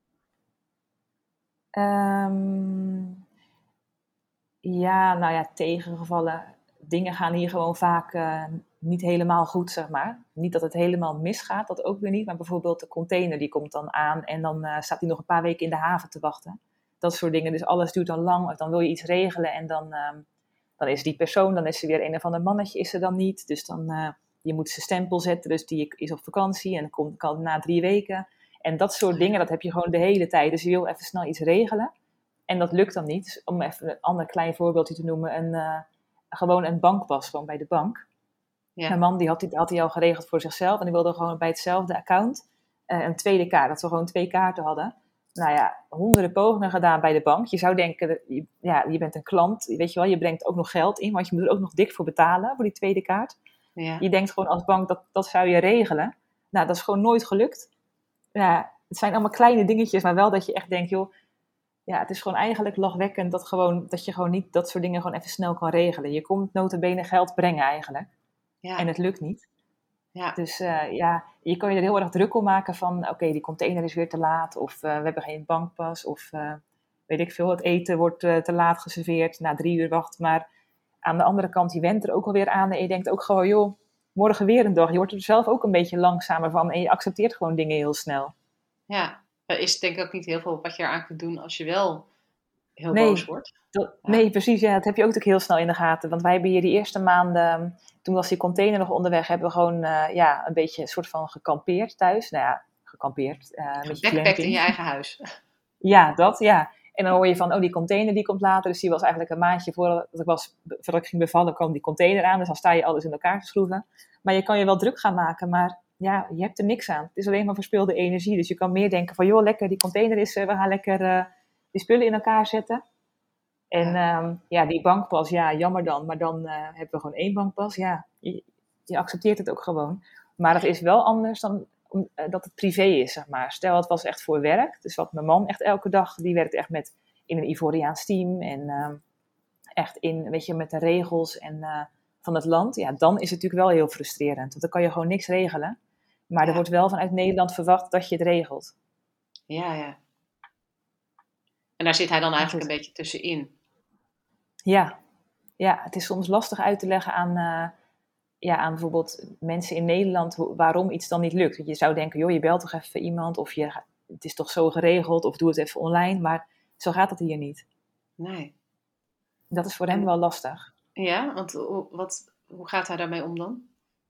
B: Tegengevallen. Dingen gaan hier gewoon vaak niet helemaal goed, zeg maar. Niet dat het helemaal misgaat, dat ook weer niet. Maar bijvoorbeeld de container die komt dan aan en dan staat die nog een paar weken in de haven te wachten. Dat soort dingen. Dus alles duurt dan lang. Of dan wil je iets regelen en dan is die persoon, dan is er weer een of ander mannetje, is er dan niet. Dus dan, je moet zijn stempel zetten, dus die is op vakantie en kan na 3 weken. En dat soort dingen, dat heb je gewoon de hele tijd. Dus je wil even snel iets regelen. En dat lukt dan niet. Dus om even een ander klein voorbeeldje te noemen, gewoon een bankpas gewoon bij de bank. Ja. Mijn man die had hij al geregeld voor zichzelf en die wilde gewoon bij hetzelfde account een tweede kaart, dat we gewoon 2 kaarten hadden. Nou ja, honderden pogingen gedaan bij de bank. Je zou denken, je bent een klant, weet je wel, je brengt ook nog geld in, want je moet er ook nog dik voor betalen voor die tweede kaart. Ja. Je denkt gewoon als bank, dat zou je regelen. Nou, dat is gewoon nooit gelukt. Ja, het zijn allemaal kleine dingetjes, maar wel dat je echt denkt, joh, ja, het is gewoon eigenlijk lachwekkend dat je gewoon niet dat soort dingen gewoon even snel kan regelen. Je komt nota bene geld brengen eigenlijk. Ja. En het lukt niet. Ja. Dus je kan je er heel erg druk om maken van, oké, die container is weer te laat. Of we hebben geen bankpas. Of weet ik veel, het eten wordt te laat geserveerd. Na 3 uur wacht. Maar aan de andere kant, je went er ook alweer aan. En je denkt ook gewoon, joh, morgen weer een dag. Je wordt er zelf ook een beetje langzamer van. En je accepteert gewoon dingen heel snel.
C: Ja. Er is denk ik ook niet heel veel wat je eraan kunt doen als je wel heel boos wordt.
B: Nee, precies. Ja, dat heb je ook natuurlijk heel snel in de gaten. Want wij hebben hier die eerste maanden, toen was die container nog onderweg, hebben we gewoon een beetje een soort van gekampeerd thuis. Nou ja, gekampeerd.
C: Backpackt in je eigen huis.
B: Ja, dat, ja. En dan hoor je van, die container die komt later. Dus die was eigenlijk een maandje voordat ik ging bevallen, kwam die container aan. Dus dan sta je alles in elkaar te schroeven. Maar je kan je wel druk gaan maken, maar ja, je hebt er niks aan. Het is alleen maar verspilde energie. Dus je kan meer denken van, joh, lekker, die container is, we gaan lekker die spullen in elkaar zetten. En die bankpas, ja, jammer dan. Maar dan hebben we gewoon 1 bankpas. Ja, je accepteert het ook gewoon. Maar dat is wel anders dan dat het privé is, zeg maar. Stel, het was echt voor werk. Dus wat mijn man echt elke dag, die werkt echt in een Ivoriaans team. En echt met de regels en van het land. Ja, dan is het natuurlijk wel heel frustrerend. Want dan kan je gewoon niks regelen. Maar er wordt wel vanuit Nederland verwacht dat je het regelt.
C: Ja. En daar zit hij dan eigenlijk een beetje tussenin.
B: Ja, het is soms lastig uit te leggen aan bijvoorbeeld mensen in Nederland waarom iets dan niet lukt. Want je zou denken, joh, je belt toch even iemand of het is toch zo geregeld of doe het even online. Maar zo gaat het hier niet.
C: Nee.
B: Dat is voor hem wel lastig.
C: Ja, want hoe gaat hij daarmee om dan?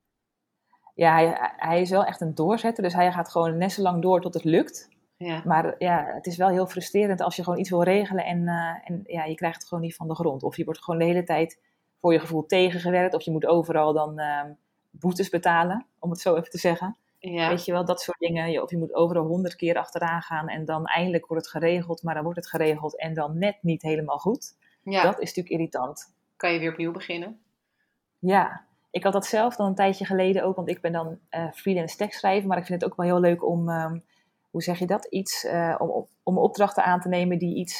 B: Ja, hij is wel echt een doorzetter. Dus hij gaat gewoon net zo lang door tot het lukt.
C: Ja.
B: Maar ja, het is wel heel frustrerend als je gewoon iets wil regelen en je krijgt het gewoon niet van de grond. Of je wordt gewoon de hele tijd voor je gevoel tegengewerkt. Of je moet overal dan boetes betalen, om het zo even te zeggen.
C: Ja.
B: Weet je wel, dat soort dingen. Of je moet overal 100 keer achteraan gaan en dan eindelijk wordt het geregeld. Maar dan wordt het geregeld en dan net niet helemaal goed. Ja. Dat is natuurlijk irritant.
C: Kan je weer opnieuw beginnen?
B: Ja, ik had dat zelf dan een tijdje geleden ook. Want ik ben dan freelance tekstschrijver. Maar ik vind het ook wel heel leuk om... hoe zeg je dat? Iets om opdrachten aan te nemen die iets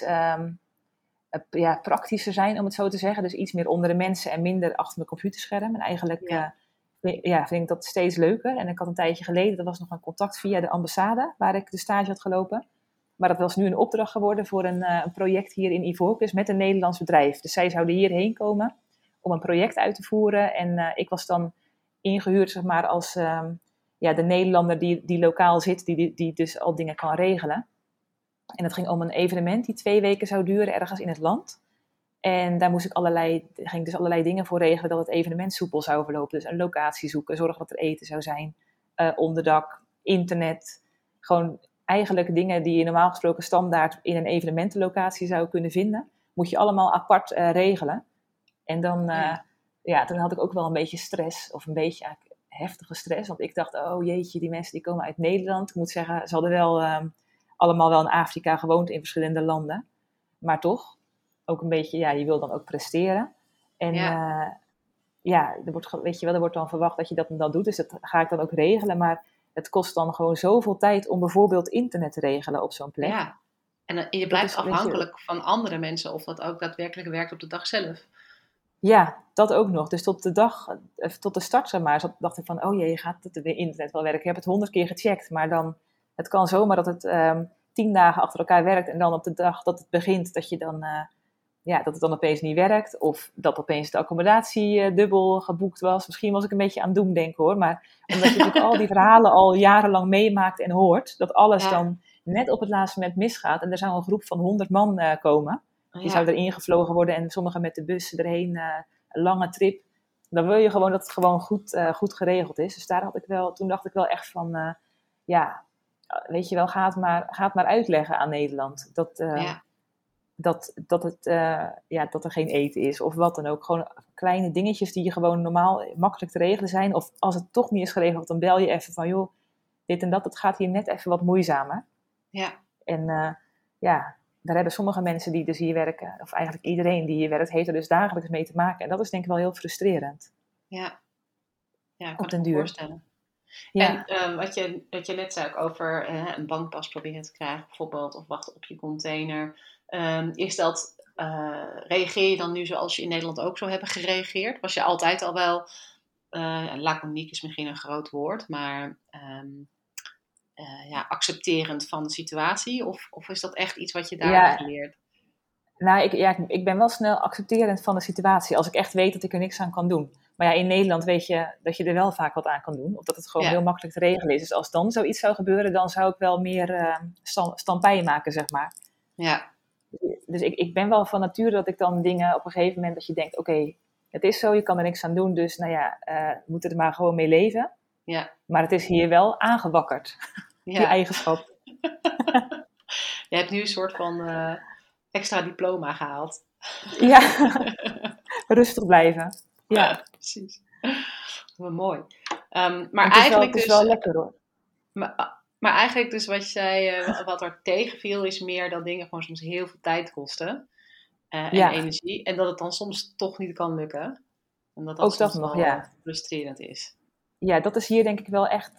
B: praktischer zijn, om het zo te zeggen. Dus iets meer onder de mensen en minder achter mijn computerscherm. En eigenlijk vind ik dat steeds leuker. En ik had een tijdje geleden, dat was nog een contact via de ambassade, waar ik de stage had gelopen. Maar dat was nu een opdracht geworden voor een project hier in Ivoorkust met een Nederlands bedrijf. Dus zij zouden hierheen komen om een project uit te voeren. En ik was dan ingehuurd, zeg maar, als... de Nederlander die lokaal zit, die dus al dingen kan regelen. En het ging om een evenement die 2 weken zou duren ergens in het land. En daar ging ik dus allerlei dingen voor regelen dat het evenement soepel zou verlopen. Dus een locatie zoeken, zorgen dat er eten zou zijn, onderdak, internet. Gewoon eigenlijk dingen die je normaal gesproken standaard in een evenementenlocatie zou kunnen vinden. Moet je allemaal apart regelen. En dan, toen had ik ook wel een beetje stress, of een beetje heftige stress. Want ik dacht, oh jeetje, die mensen die komen uit Nederland. Ik moet zeggen, ze hadden wel allemaal wel in Afrika gewoond in verschillende landen. Maar toch, ook een beetje, je wil dan ook presteren. En er wordt dan verwacht dat je dat dan doet. Dus dat ga ik dan ook regelen. Maar het kost dan gewoon zoveel tijd om bijvoorbeeld internet te regelen op zo'n plek.
C: Ja, en je blijft afhankelijk van andere mensen of dat ook daadwerkelijk werkt op de dag zelf.
B: Ja, dat ook nog. Dus tot de start, zeg maar, dacht ik van, oh jee, gaat het internet wel werken? Ik heb het 100 keer gecheckt, maar dan, het kan zomaar dat het 10 dagen achter elkaar werkt en dan op de dag dat het begint, dat het dan opeens niet werkt. Of dat opeens de accommodatie dubbel geboekt was. Misschien was ik een beetje aan het doemdenken hoor, maar omdat je natuurlijk al die verhalen al jarenlang meemaakt en hoort, dat alles dan net op het laatste moment misgaat en er zou een groep van 100 man komen. Die zou erin gevlogen worden en sommigen met de bus erheen, een lange trip. Dan wil je gewoon dat het gewoon goed geregeld is. Dus toen dacht ik wel echt van, weet je wel, ga het maar uitleggen aan Nederland. Dat er geen eten is of wat dan ook. Gewoon kleine dingetjes die je gewoon normaal makkelijk te regelen zijn. Of als het toch niet is geregeld, dan bel je even van, joh, dit en dat, het gaat hier net even wat moeizamer.
C: Ja.
B: En daar hebben sommige mensen die dus hier werken, of eigenlijk iedereen die hier werkt, heeft er dus dagelijks mee te maken. En dat is denk ik wel heel frustrerend.
C: Ja, ik
B: kan
C: kan het me voorstellen.
B: Ja.
C: En wat je net zei ook over een bankpas proberen te krijgen bijvoorbeeld, of wachten op je container. Reageer je dan nu zoals je in Nederland ook zou hebben gereageerd? Was je altijd al wel, laconiek is misschien een groot woord, maar accepterend van de situatie? Of is dat echt iets wat je daar hebt geleerd?
B: Nou, ik ben wel snel accepterend van de situatie. Als ik echt weet dat ik er niks aan kan doen. Maar in Nederland weet je dat je er wel vaak wat aan kan doen. Of dat het gewoon heel makkelijk te regelen is. Dus als dan zoiets zou gebeuren, dan zou ik wel meer stampij maken, zeg maar.
C: Ja.
B: Dus ik ben wel van nature dat ik dan dingen op een gegeven moment dat je denkt, oké, het is zo, je kan er niks aan doen. Dus we moeten er maar gewoon mee leven.
C: Ja.
B: Maar het is hier wel aangewakkerd. Die eigenschap.
C: Je hebt nu een soort van extra diploma gehaald.
B: Ja, rustig blijven. Ja,
C: precies. Wat mooi. Maar
B: Het is
C: eigenlijk
B: het is
C: dus...
B: wel lekker hoor.
C: Maar eigenlijk dus wat je zei, wat er tegenviel, is meer dat dingen gewoon soms heel veel tijd kosten. En
B: Ja,
C: energie. En dat het dan soms toch niet kan lukken. En dat
B: ook dat
C: soms
B: nog,
C: wel
B: ja.
C: frustrerend is.
B: Ja, dat is hier denk ik wel echt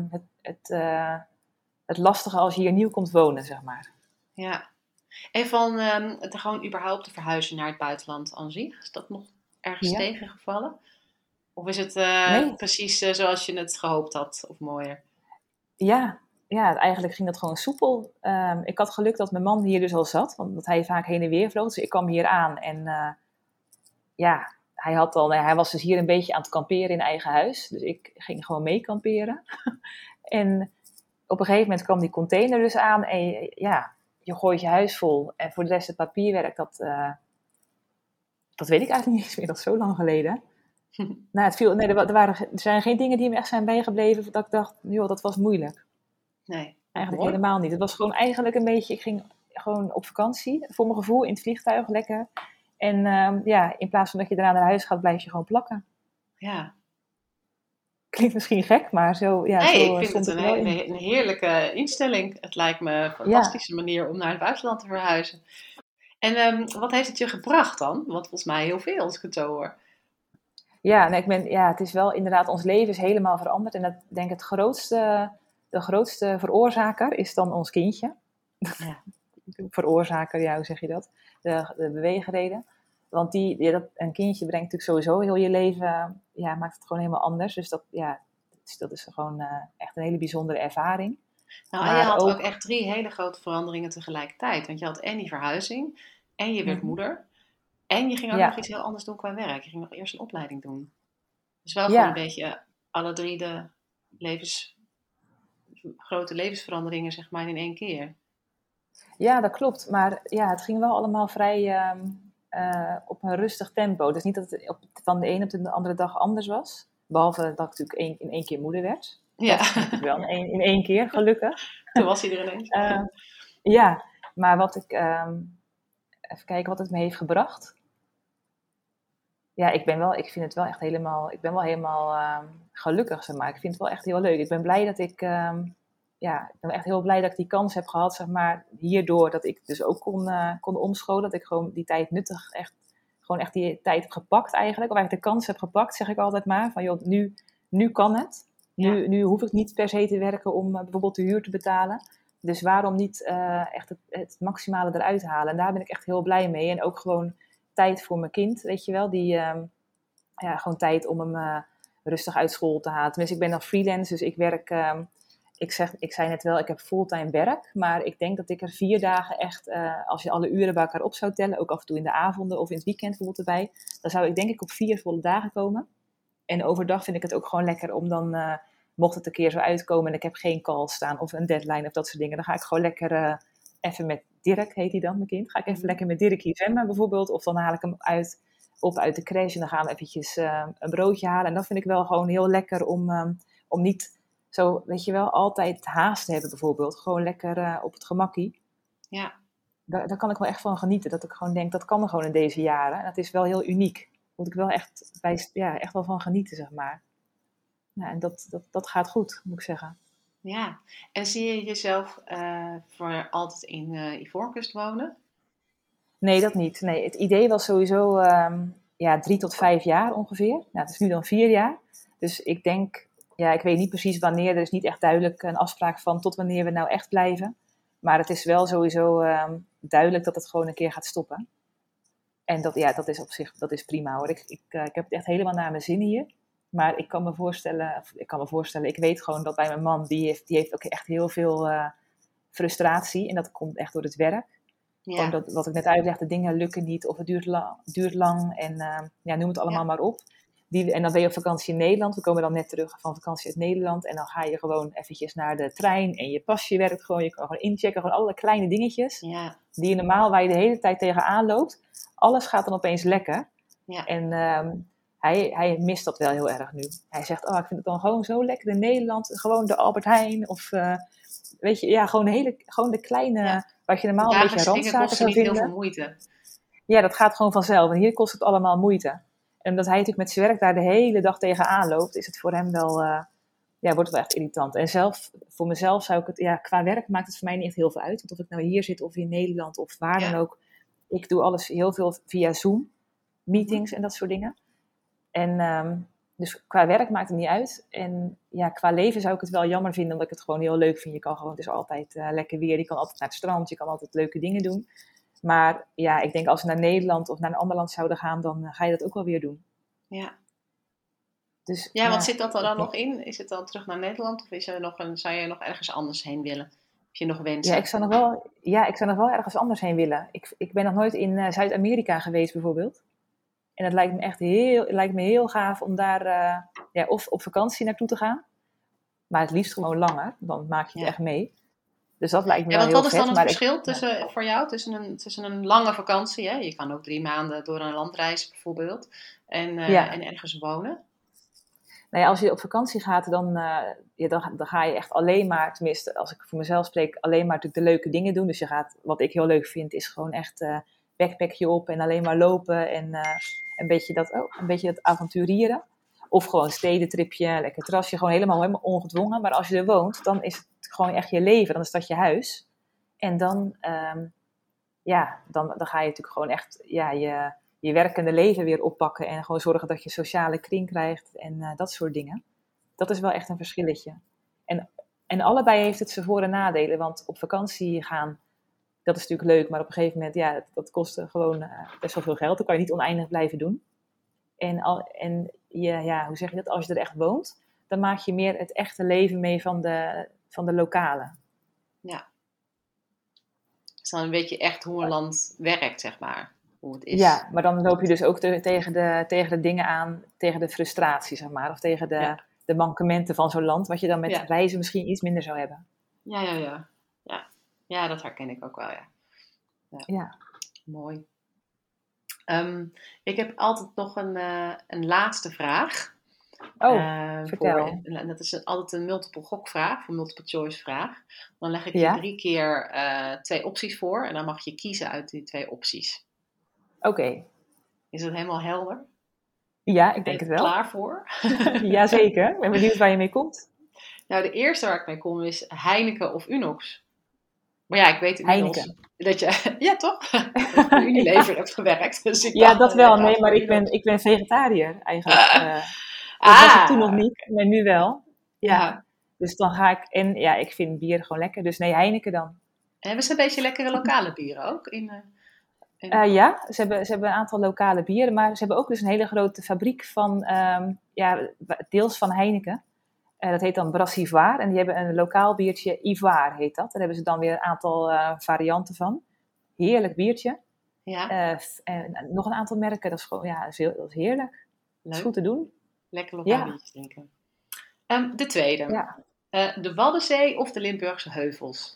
B: het lastige als je hier nieuw komt wonen, zeg maar.
C: Ja. En van het gewoon überhaupt te verhuizen naar het buitenland aan zich. Is dat nog ergens
B: Ja.
C: tegengevallen? Of is het
B: Nee,
C: precies zoals je het gehoopt had? Of mooier?
B: ja, eigenlijk ging dat gewoon soepel. Ik had geluk dat mijn man hier dus al zat, want dat hij vaak heen en weer vloog. Dus ik kwam hier aan en ja, hij was dus hier een beetje aan het kamperen in eigen huis. Dus ik ging gewoon mee kamperen. En op een gegeven moment kwam die container dus aan en ja, je gooit je huis vol. En voor de rest het papierwerk, dat weet ik eigenlijk niet eens meer, dat is zo lang geleden. Nou, er zijn geen dingen die me echt zijn bijgebleven dat ik dacht, joh, dat was moeilijk.
C: Nee.
B: Eigenlijk
C: Mooi.
B: helemaal niet. Het was gewoon eigenlijk een beetje, ik ging gewoon op vakantie, voor mijn gevoel, in het vliegtuig, lekker. En ja, in plaats van dat je daarna naar huis gaat, blijf je gewoon plakken.
C: Ja.
B: Klinkt misschien gek, maar zo, ja,
C: Nee,
B: zo
C: ik vind
B: stond
C: het
B: ik er wel in.
C: een heerlijke instelling. Het lijkt me een
B: Ja,
C: fantastische manier om naar het buitenland te verhuizen. En wat heeft het je gebracht dan? Want volgens mij heel veel, als ik het zo hoor.
B: ja, nee, het is wel inderdaad, ons leven is helemaal veranderd. En dat denk ik de grootste veroorzaker is dan ons kindje.
C: Ja.
B: Veroorzaker, ja, hoe zeg je dat? De beweegreden. Want een kindje brengt natuurlijk sowieso heel je leven, ja, maakt het gewoon helemaal anders. Dus dat is gewoon echt een hele bijzondere ervaring.
C: Nou, en je
B: Maar
C: had ook
B: ook,
C: echt 3 hele grote veranderingen tegelijkertijd. Want je had en die verhuizing, en je werd
B: mhm,
C: moeder, en je ging ook nog
B: ja,
C: iets heel anders doen qua werk. Je ging nog eerst een opleiding doen. Dus wel gewoon een
B: ja,
C: beetje alle 3 de grote levensveranderingen, zeg maar, in één keer.
B: ja, dat klopt. Maar ja, het ging wel allemaal vrij op een rustig tempo. Dus niet dat het van de ene op de andere dag anders was. Behalve dat ik natuurlijk in één keer moeder werd.
C: Ja,
B: Dat ging natuurlijk wel in één keer, gelukkig.
C: toen was hij er ineens.
B: Ja, maar even kijken wat het me heeft gebracht. Ja, ik vind het wel echt helemaal, ik ben wel helemaal gelukkig, zeg maar. Ik vind het wel echt heel leuk. Ik ben blij dat ik ben echt heel blij dat ik die kans heb gehad, zeg maar, hierdoor dat ik dus ook kon omscholen. Dat ik gewoon die tijd nuttig, gewoon echt die tijd heb gepakt eigenlijk. Of eigenlijk de kans heb gepakt, zeg ik altijd maar. Van joh, nu kan het.
C: Ja.
B: Nu hoef ik niet per se te werken om bijvoorbeeld de huur te betalen. Dus waarom niet echt het maximale eruit halen? En daar ben ik echt heel blij mee. En ook gewoon tijd voor mijn kind, weet je wel. Gewoon tijd om hem rustig uit school te halen. Tenminste, ik ben dan freelance, dus ik werk... Ik zei net wel, ik heb fulltime werk, maar ik denk dat ik er 4 dagen echt, als je alle uren bij elkaar op zou tellen, ook af en toe in de avonden of in het weekend bijvoorbeeld erbij, dan zou ik denk ik op 4 volle dagen komen. En overdag vind ik het ook gewoon lekker om dan, mocht het een keer zo uitkomen en ik heb geen call staan of een deadline of dat soort dingen, dan ga ik gewoon lekker even met Dirk, heet hij dan, mijn kind, ga ik even lekker met Dirk hier zwemmen bijvoorbeeld, of dan haal ik hem uit de crash en dan gaan we eventjes een broodje halen. En dat vind ik wel gewoon heel lekker om niet zo, weet je wel, altijd haast te hebben bijvoorbeeld. Gewoon lekker op het gemakkie.
C: Ja.
B: Daar kan ik wel echt van genieten. Dat ik gewoon denk, dat kan er gewoon in deze jaren. En dat is wel heel uniek. Daar moet ik wel echt wel van genieten, zeg maar. Ja, en dat gaat goed, moet ik zeggen.
C: Ja. En zie je jezelf voor altijd in Ivoorkust wonen?
B: Nee, dat niet. Nee, het idee was sowieso 3 tot 5 jaar ongeveer. Nou, het is nu dan 4 jaar. Dus ik denk, ja, ik weet niet precies wanneer. Er is niet echt duidelijk een afspraak van tot wanneer we nou echt blijven. Maar het is wel sowieso duidelijk dat het gewoon een keer gaat stoppen. En dat is op zich, dat is prima hoor. Ik heb het echt helemaal naar mijn zin hier. Maar ik kan me voorstellen, ik weet gewoon dat bij mijn man, die heeft ook echt heel veel frustratie. En dat komt echt door het werk.
C: Ja.
B: Omdat, wat ik net uitlegde, dingen lukken niet of het duurt lang en noem het allemaal maar op. En dan ben je op vakantie in Nederland. We komen dan net terug van vakantie uit Nederland. En dan ga je gewoon eventjes naar de trein en je pasje werkt gewoon. Je kan gewoon inchecken, gewoon alle kleine dingetjes.
C: Ja.
B: Die je normaal, waar je de hele tijd tegenaan loopt. Alles gaat dan opeens lekker.
C: Ja.
B: En hij mist dat wel heel erg nu. Hij zegt, ik vind het dan gewoon zo lekker in Nederland. Gewoon de Albert Heijn of... weet je, ja, gewoon de kleine, wat je normaal een beetje randzaken zou
C: niet heel
B: vinden.
C: veel moeite.
B: Ja, dat gaat gewoon vanzelf. En hier kost het allemaal moeite. En omdat hij natuurlijk met zijn werk daar de hele dag tegenaan loopt, is het voor hem wel, wordt het wel echt irritant. En voor mezelf zou ik het, qua werk maakt het voor mij niet echt heel veel uit. Want of ik nou hier zit of in Nederland of waar dan ook. Ik doe alles heel veel via Zoom, meetings en dat soort dingen. En dus qua werk maakt het niet uit. En qua leven zou ik het wel jammer vinden, omdat ik het gewoon heel leuk vind. Je kan gewoon, het is altijd lekker weer. Je kan altijd naar het strand, je kan altijd leuke dingen doen. Maar ik denk als we naar Nederland of naar een ander land zouden gaan, dan ga je dat ook wel weer doen.
C: Ja.
B: Dus,
C: Wat zit dat er dan nog in? Is het dan terug naar Nederland of zou je nog ergens anders heen willen? Heb je nog wensen?
B: Ja, ik zou nog wel ergens anders heen willen. Ik ben nog nooit in Zuid-Amerika geweest bijvoorbeeld. En het lijkt me echt heel gaaf om daar of op vakantie naartoe te gaan. Maar het liefst gewoon langer, dan maak je het echt mee. Dus dat lijkt me wel heel vet.
C: Wat is dan het verschil voor jou tussen een lange vakantie? Hè? Je kan ook 3 maanden door een land reizen bijvoorbeeld. En ergens wonen.
B: Nou ja, als je op vakantie gaat, dan ga je echt alleen maar, tenminste als ik voor mezelf spreek, alleen maar natuurlijk de leuke dingen doen. Dus je gaat, wat ik heel leuk vind, is gewoon echt backpackje op en alleen maar lopen en een beetje dat avonturieren. Of gewoon stedentripje, lekker terrasje, gewoon helemaal ongedwongen. Maar als je er woont, dan is het gewoon echt je leven, dan is dat je huis. En dan ga je natuurlijk gewoon echt je werkende leven weer oppakken en gewoon zorgen dat je sociale kring krijgt en dat soort dingen. Dat is wel echt een verschilletje. En allebei heeft het zijn voor- en nadelen, want op vakantie gaan, dat is natuurlijk leuk, maar op een gegeven moment, dat kost gewoon best wel veel geld. Dat kan je niet oneindig blijven doen. Hoe zeg je dat? Als je er echt woont, dan maak je meer het echte leven mee van de lokalen.
C: Ja. Het is dan een beetje echt hoe een land werkt, zeg maar. Hoe het is.
B: Ja, maar dan loop je dus ook tegen de dingen aan, tegen de frustratie, zeg maar. Of tegen de mankementen van zo'n land, wat je dan met reizen misschien iets minder zou hebben.
C: Ja, dat herken ik ook wel,
B: Ja.
C: Mooi. Ik heb altijd nog een laatste vraag.
B: Vertel.
C: En dat is altijd een multiple gokvraag, een multiple choice vraag. Dan leg ik je 3 keer 2 opties voor en dan mag je kiezen uit die 2 opties.
B: Oké.
C: Is dat helemaal helder?
B: Ja, ik denk het wel.
C: Ben je er klaar voor?
B: Jazeker. Ik ben benieuwd waar je mee komt.
C: Nou, de eerste waar ik mee kom is Heineken of Unox. Maar ja, ik weet inmiddels dat je... Ja, toch? Unilever hebt gewerkt. Dus
B: dat wel. Nee, maar ik ben vegetariër eigenlijk. Dat was ik toen nog niet, maar nu wel. Ja. Dus dan ga ik... En ik vind bier gewoon lekker. Dus nee, Heineken dan.
C: Hebben ze een beetje lekkere lokale bieren ook?
B: Ze hebben een aantal lokale bieren. Maar ze hebben ook dus een hele grote fabriek van... deels van Heineken. Dat heet dan Brassivoire. En die hebben een lokaal biertje, Ivoire heet dat. Daar hebben ze dan weer een aantal varianten van. Heerlijk biertje.
C: Ja.
B: En nog een aantal merken. Dat is gewoon, dat is heerlijk. Leuk. Dat is goed te doen.
C: Lekker lokaal biertjes drinken. De tweede.
B: Ja.
C: De Waddenzee of de Limburgse heuvels?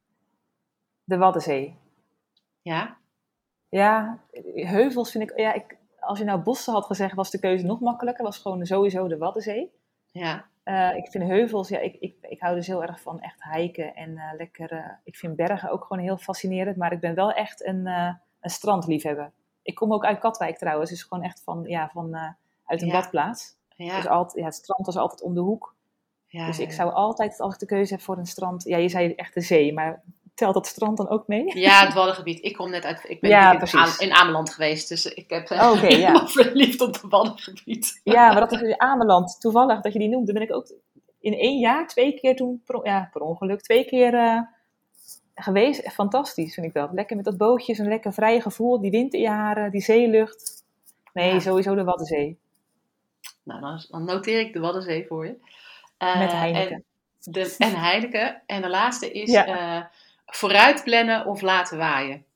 B: De Waddenzee.
C: Ja?
B: Ja, heuvels vind ik... als je nou bossen had gezegd, was de keuze nog makkelijker. Was gewoon sowieso de Waddenzee.
C: Ja.
B: Ik vind heuvels, ik hou dus heel erg van echt hiken en lekker... ik vind bergen ook gewoon heel fascinerend, maar ik ben wel echt een strandliefhebber. Ik kom ook uit Katwijk trouwens, dus gewoon echt uit een badplaats. Ja. Dus het strand was altijd om de hoek. Ja, dus ik zou altijd, als ik de keuze heb voor een strand... Ja, je zei echt de zee, maar telt dat strand dan ook mee?
C: Ja, het Waddengebied. Ik kom net uit... Ik ben in Ameland geweest, dus ik heb verliefd op het Waddengebied.
B: Ja, maar dat is in Ameland, toevallig dat je die noemde, ben ik ook in 1 jaar 2 keer toen... per ongeluk 2 keer geweest. Fantastisch vind ik dat. Lekker met dat bootje, zo'n lekker vrij gevoel, die wind in je haren, die zeelucht. Nee, sowieso de Waddenzee.
C: Nou, dan noteer ik de Waddenzee voor je.
B: Met Heineken.
C: En Heineken. En de laatste is vooruit plannen of laten waaien.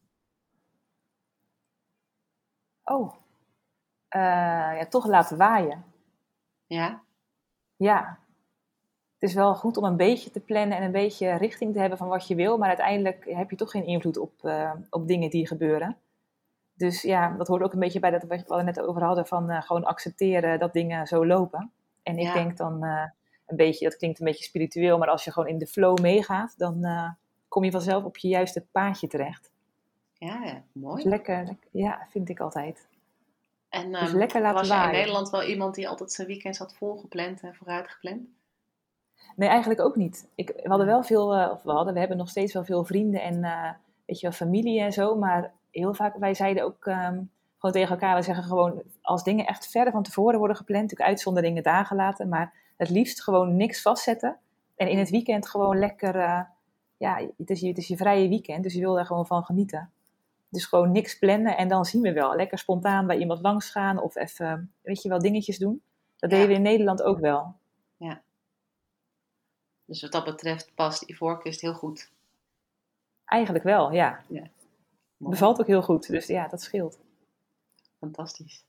B: Toch laten waaien.
C: Ja?
B: Ja. Het is wel goed om een beetje te plannen en een beetje richting te hebben van wat je wil. Maar uiteindelijk heb je toch geen invloed op dingen die gebeuren. Dus dat hoort ook een beetje bij dat wat we net over hadden van gewoon accepteren dat dingen zo lopen. En ik denk dan een beetje, dat klinkt een beetje spiritueel, maar als je gewoon in de flow meegaat, dan kom je vanzelf op je juiste paadje terecht.
C: Ja, mooi.
B: Dus lekker, vind ik altijd.
C: En
B: Dus lekker laten
C: was je in
B: waaien.
C: Nederland wel iemand die altijd zijn weekends had volgepland en vooruitgepland?
B: Nee, eigenlijk ook niet. We hadden wel veel, we hebben nog steeds wel veel vrienden en weet je wel, familie en zo. Maar heel vaak, wij zeiden ook gewoon tegen elkaar, we zeggen gewoon, als dingen echt verder van tevoren worden gepland, natuurlijk uitzonderingen dagen laten, maar het liefst gewoon niks vastzetten. En in het weekend gewoon lekker, het is je vrije weekend, dus je wil daar gewoon van genieten. Dus gewoon niks plannen en dan zien we wel. Lekker spontaan bij iemand langs gaan of even, weet je wel, dingetjes doen. Dat deden we in Nederland ook wel.
C: Ja. Dus wat dat betreft past Ivoorkust heel goed.
B: Eigenlijk wel, ja.
C: Mooi.
B: Bevalt ook heel goed, dus ja, dat scheelt.
C: Fantastisch.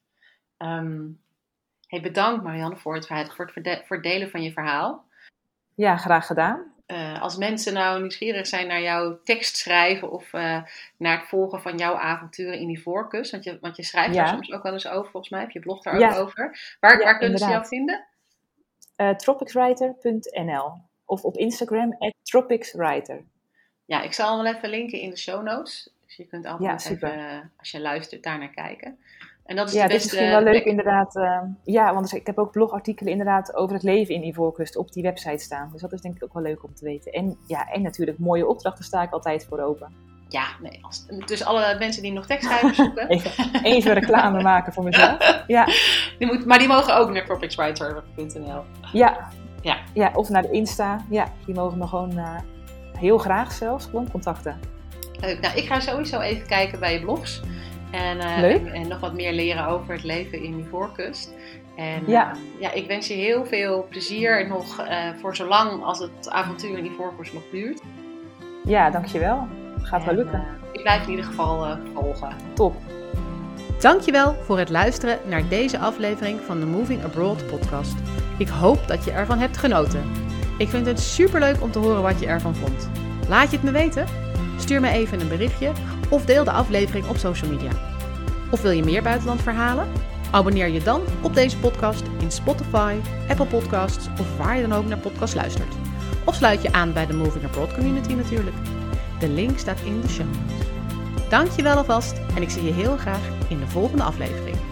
C: Bedankt Marianne voor het delen van je verhaal.
B: Ja, graag gedaan.
C: Als mensen nou nieuwsgierig zijn naar jouw tekst schrijven of naar het volgen van jouw avonturen in Ivoorkust, want je schrijft daar soms ook wel eens over, volgens mij, of je blogt daar ook over. Waar kunnen ze jou vinden?
B: tropicswriter.nl of op Instagram @tropicswriter.
C: Ja, ik zal hem wel even linken in de show notes. Dus je kunt altijd even, als je luistert, daar naar kijken. En dat is
B: dit is misschien wel leuk inderdaad. Want ik heb ook blogartikelen inderdaad over het leven in Ivoorkust op die website staan. Dus dat is denk ik ook wel leuk om te weten. En natuurlijk mooie opdrachten sta ik altijd voor open.
C: Ja, nee. Dus alle mensen die nog tekstschrijvers zoeken.
B: Even reclame maken voor mezelf. Ja.
C: Maar die mogen ook naar tropicswriter.nl.
B: Ja, of naar de Insta. Ja, die mogen me gewoon heel graag zelfs gewoon contacten.
C: Leuk. Nou, ik ga sowieso even kijken bij je blogs. En nog wat meer leren over het leven in Ivoorkust. En ik wens je heel veel plezier nog voor zolang als het avontuur in Ivoorkust nog duurt.
B: Ja, dankjewel. Gaat wel lukken.
C: Ik blijf in ieder geval volgen.
B: Top.
A: Dankjewel voor het luisteren naar deze aflevering van de Moving Abroad podcast. Ik hoop dat je ervan hebt genoten. Ik vind het superleuk om te horen wat je ervan vond. Laat je het me weten? Stuur me even een berichtje of deel de aflevering op social media. Of wil je meer buitenlandverhalen? Abonneer je dan op deze podcast in Spotify, Apple Podcasts of waar je dan ook naar podcasts luistert. Of sluit je aan bij de Moving Abroad community natuurlijk. De link staat in de show notes. Dank je wel alvast en ik zie je heel graag in de volgende aflevering.